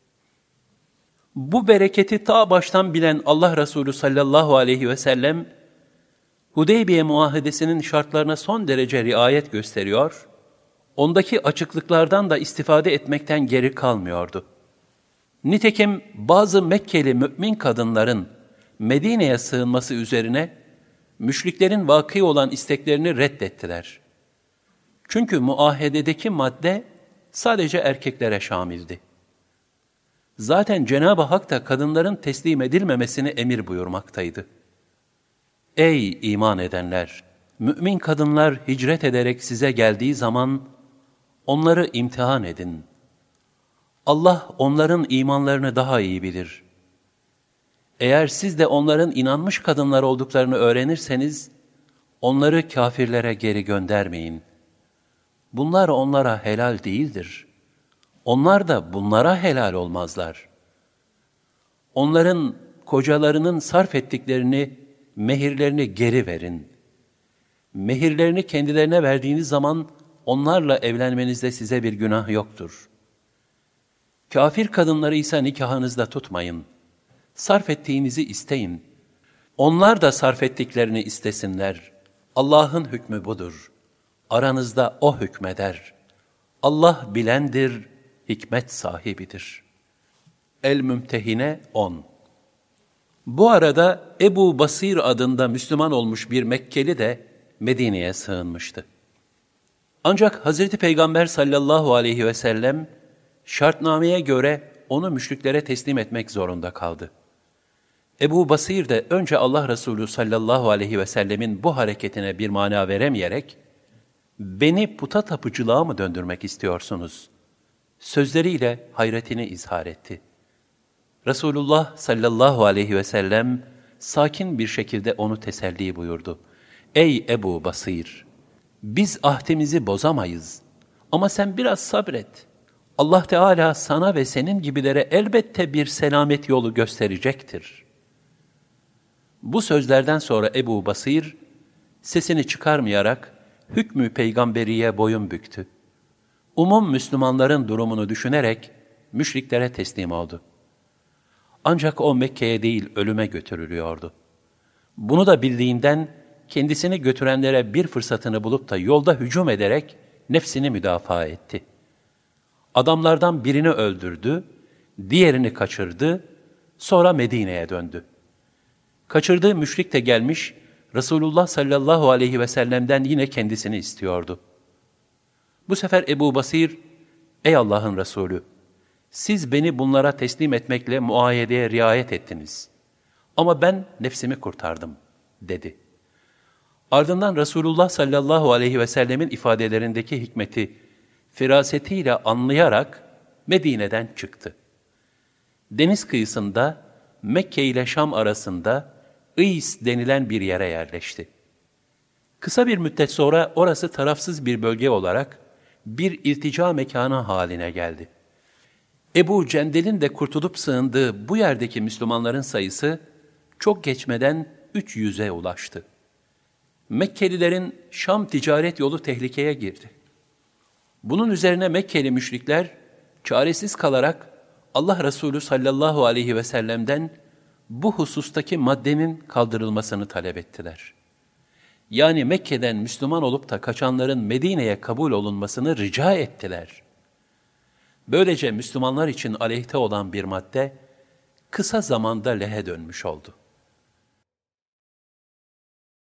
Bu bereketi ta baştan bilen Allah Resulü sallallahu aleyhi ve sellem, Hudeybiye muahedesinin şartlarına son derece riayet gösteriyor, ondaki açıklıklardan da istifade etmekten geri kalmıyordu. Nitekim bazı Mekkeli mümin kadınların Medine'ye sığınması üzerine, müşriklerin vaki olan isteklerini reddettiler. Çünkü muahededeki madde sadece erkeklere şamildi. Zaten Cenab-ı Hak da kadınların teslim edilmemesini emir buyurmaktaydı. Ey iman edenler! Mümin kadınlar hicret ederek size geldiği zaman onları imtihan edin. Allah onların imanlarını daha iyi bilir. Eğer siz de onların inanmış kadınlar olduklarını öğrenirseniz, onları kafirlere geri göndermeyin. Bunlar onlara helal değildir. Onlar da bunlara helal olmazlar. Onların kocalarının sarf ettiklerini, mehirlerini geri verin. Mehirlerini kendilerine verdiğiniz zaman onlarla evlenmenizde size bir günah yoktur. Kafir kadınları ise nikahınızda tutmayın. Sarf ettiğinizi isteyin. Onlar da sarf ettiklerini istesinler. Allah'ın hükmü budur. Aranızda O hükmeder. Allah bilendir, hikmet sahibidir. El-Mümtehine on. Bu arada Ebu Basir adında Müslüman olmuş bir Mekkeli de Medine'ye sığınmıştı. Ancak Hazreti Peygamber sallallahu aleyhi ve sellem şartnameye göre onu müşriklere teslim etmek zorunda kaldı. Ebu Basir de önce Allah Resulü sallallahu aleyhi ve sellemin bu hareketine bir mana veremeyerek, "Beni puta tapıcılığa mı döndürmek istiyorsunuz?" sözleriyle hayretini izhar etti. Resulullah sallallahu aleyhi ve sellem sakin bir şekilde onu teselli buyurdu. "Ey Ebu Basir! Biz ahdimizi bozamayız ama sen biraz sabret. Allah Teala sana ve senin gibilere elbette bir selamet yolu gösterecektir. Bu sözlerden sonra Ebu Basir, sesini çıkarmayarak hükmü peygamberiye boyun büktü. Umum Müslümanların durumunu düşünerek müşriklere teslim oldu. Ancak o Mekke'ye değil ölüme götürülüyordu. Bunu da bildiğinden kendisini götürenlere bir fırsatını bulup da yolda hücum ederek nefsini müdafaa etti. Adamlardan birini öldürdü, diğerini kaçırdı, sonra Medine'ye döndü. Kaçırdığı müşrik de gelmiş, Resulullah sallallahu aleyhi ve sellem'den yine kendisini istiyordu. Bu sefer Ebu Basir, ''Ey Allah'ın Resulü, siz beni bunlara teslim etmekle muayedeye riayet ettiniz. Ama ben nefsimi kurtardım.'' dedi. Ardından Resulullah sallallahu aleyhi ve sellemin ifadelerindeki hikmeti firasetiyle anlayarak Medine'den çıktı. Deniz kıyısında Mekke ile Şam arasında İs denilen bir yere yerleşti. Kısa bir müddet sonra orası tarafsız bir bölge olarak bir iltica mekanı haline geldi. Ebu Cendel'in de kurtulup sığındığı bu yerdeki Müslümanların sayısı çok geçmeden üç yüze ulaştı. Mekkelilerin Şam ticaret yolu tehlikeye girdi. Bunun üzerine Mekkeli müşrikler çaresiz kalarak Allah Resulü sallallahu aleyhi ve sellem'den bu husustaki maddenin kaldırılmasını talep ettiler. Yani Mekke'den Müslüman olup da kaçanların Medine'ye kabul olunmasını rica ettiler. Böylece Müslümanlar için aleyhte olan bir madde kısa zamanda lehe dönmüş oldu.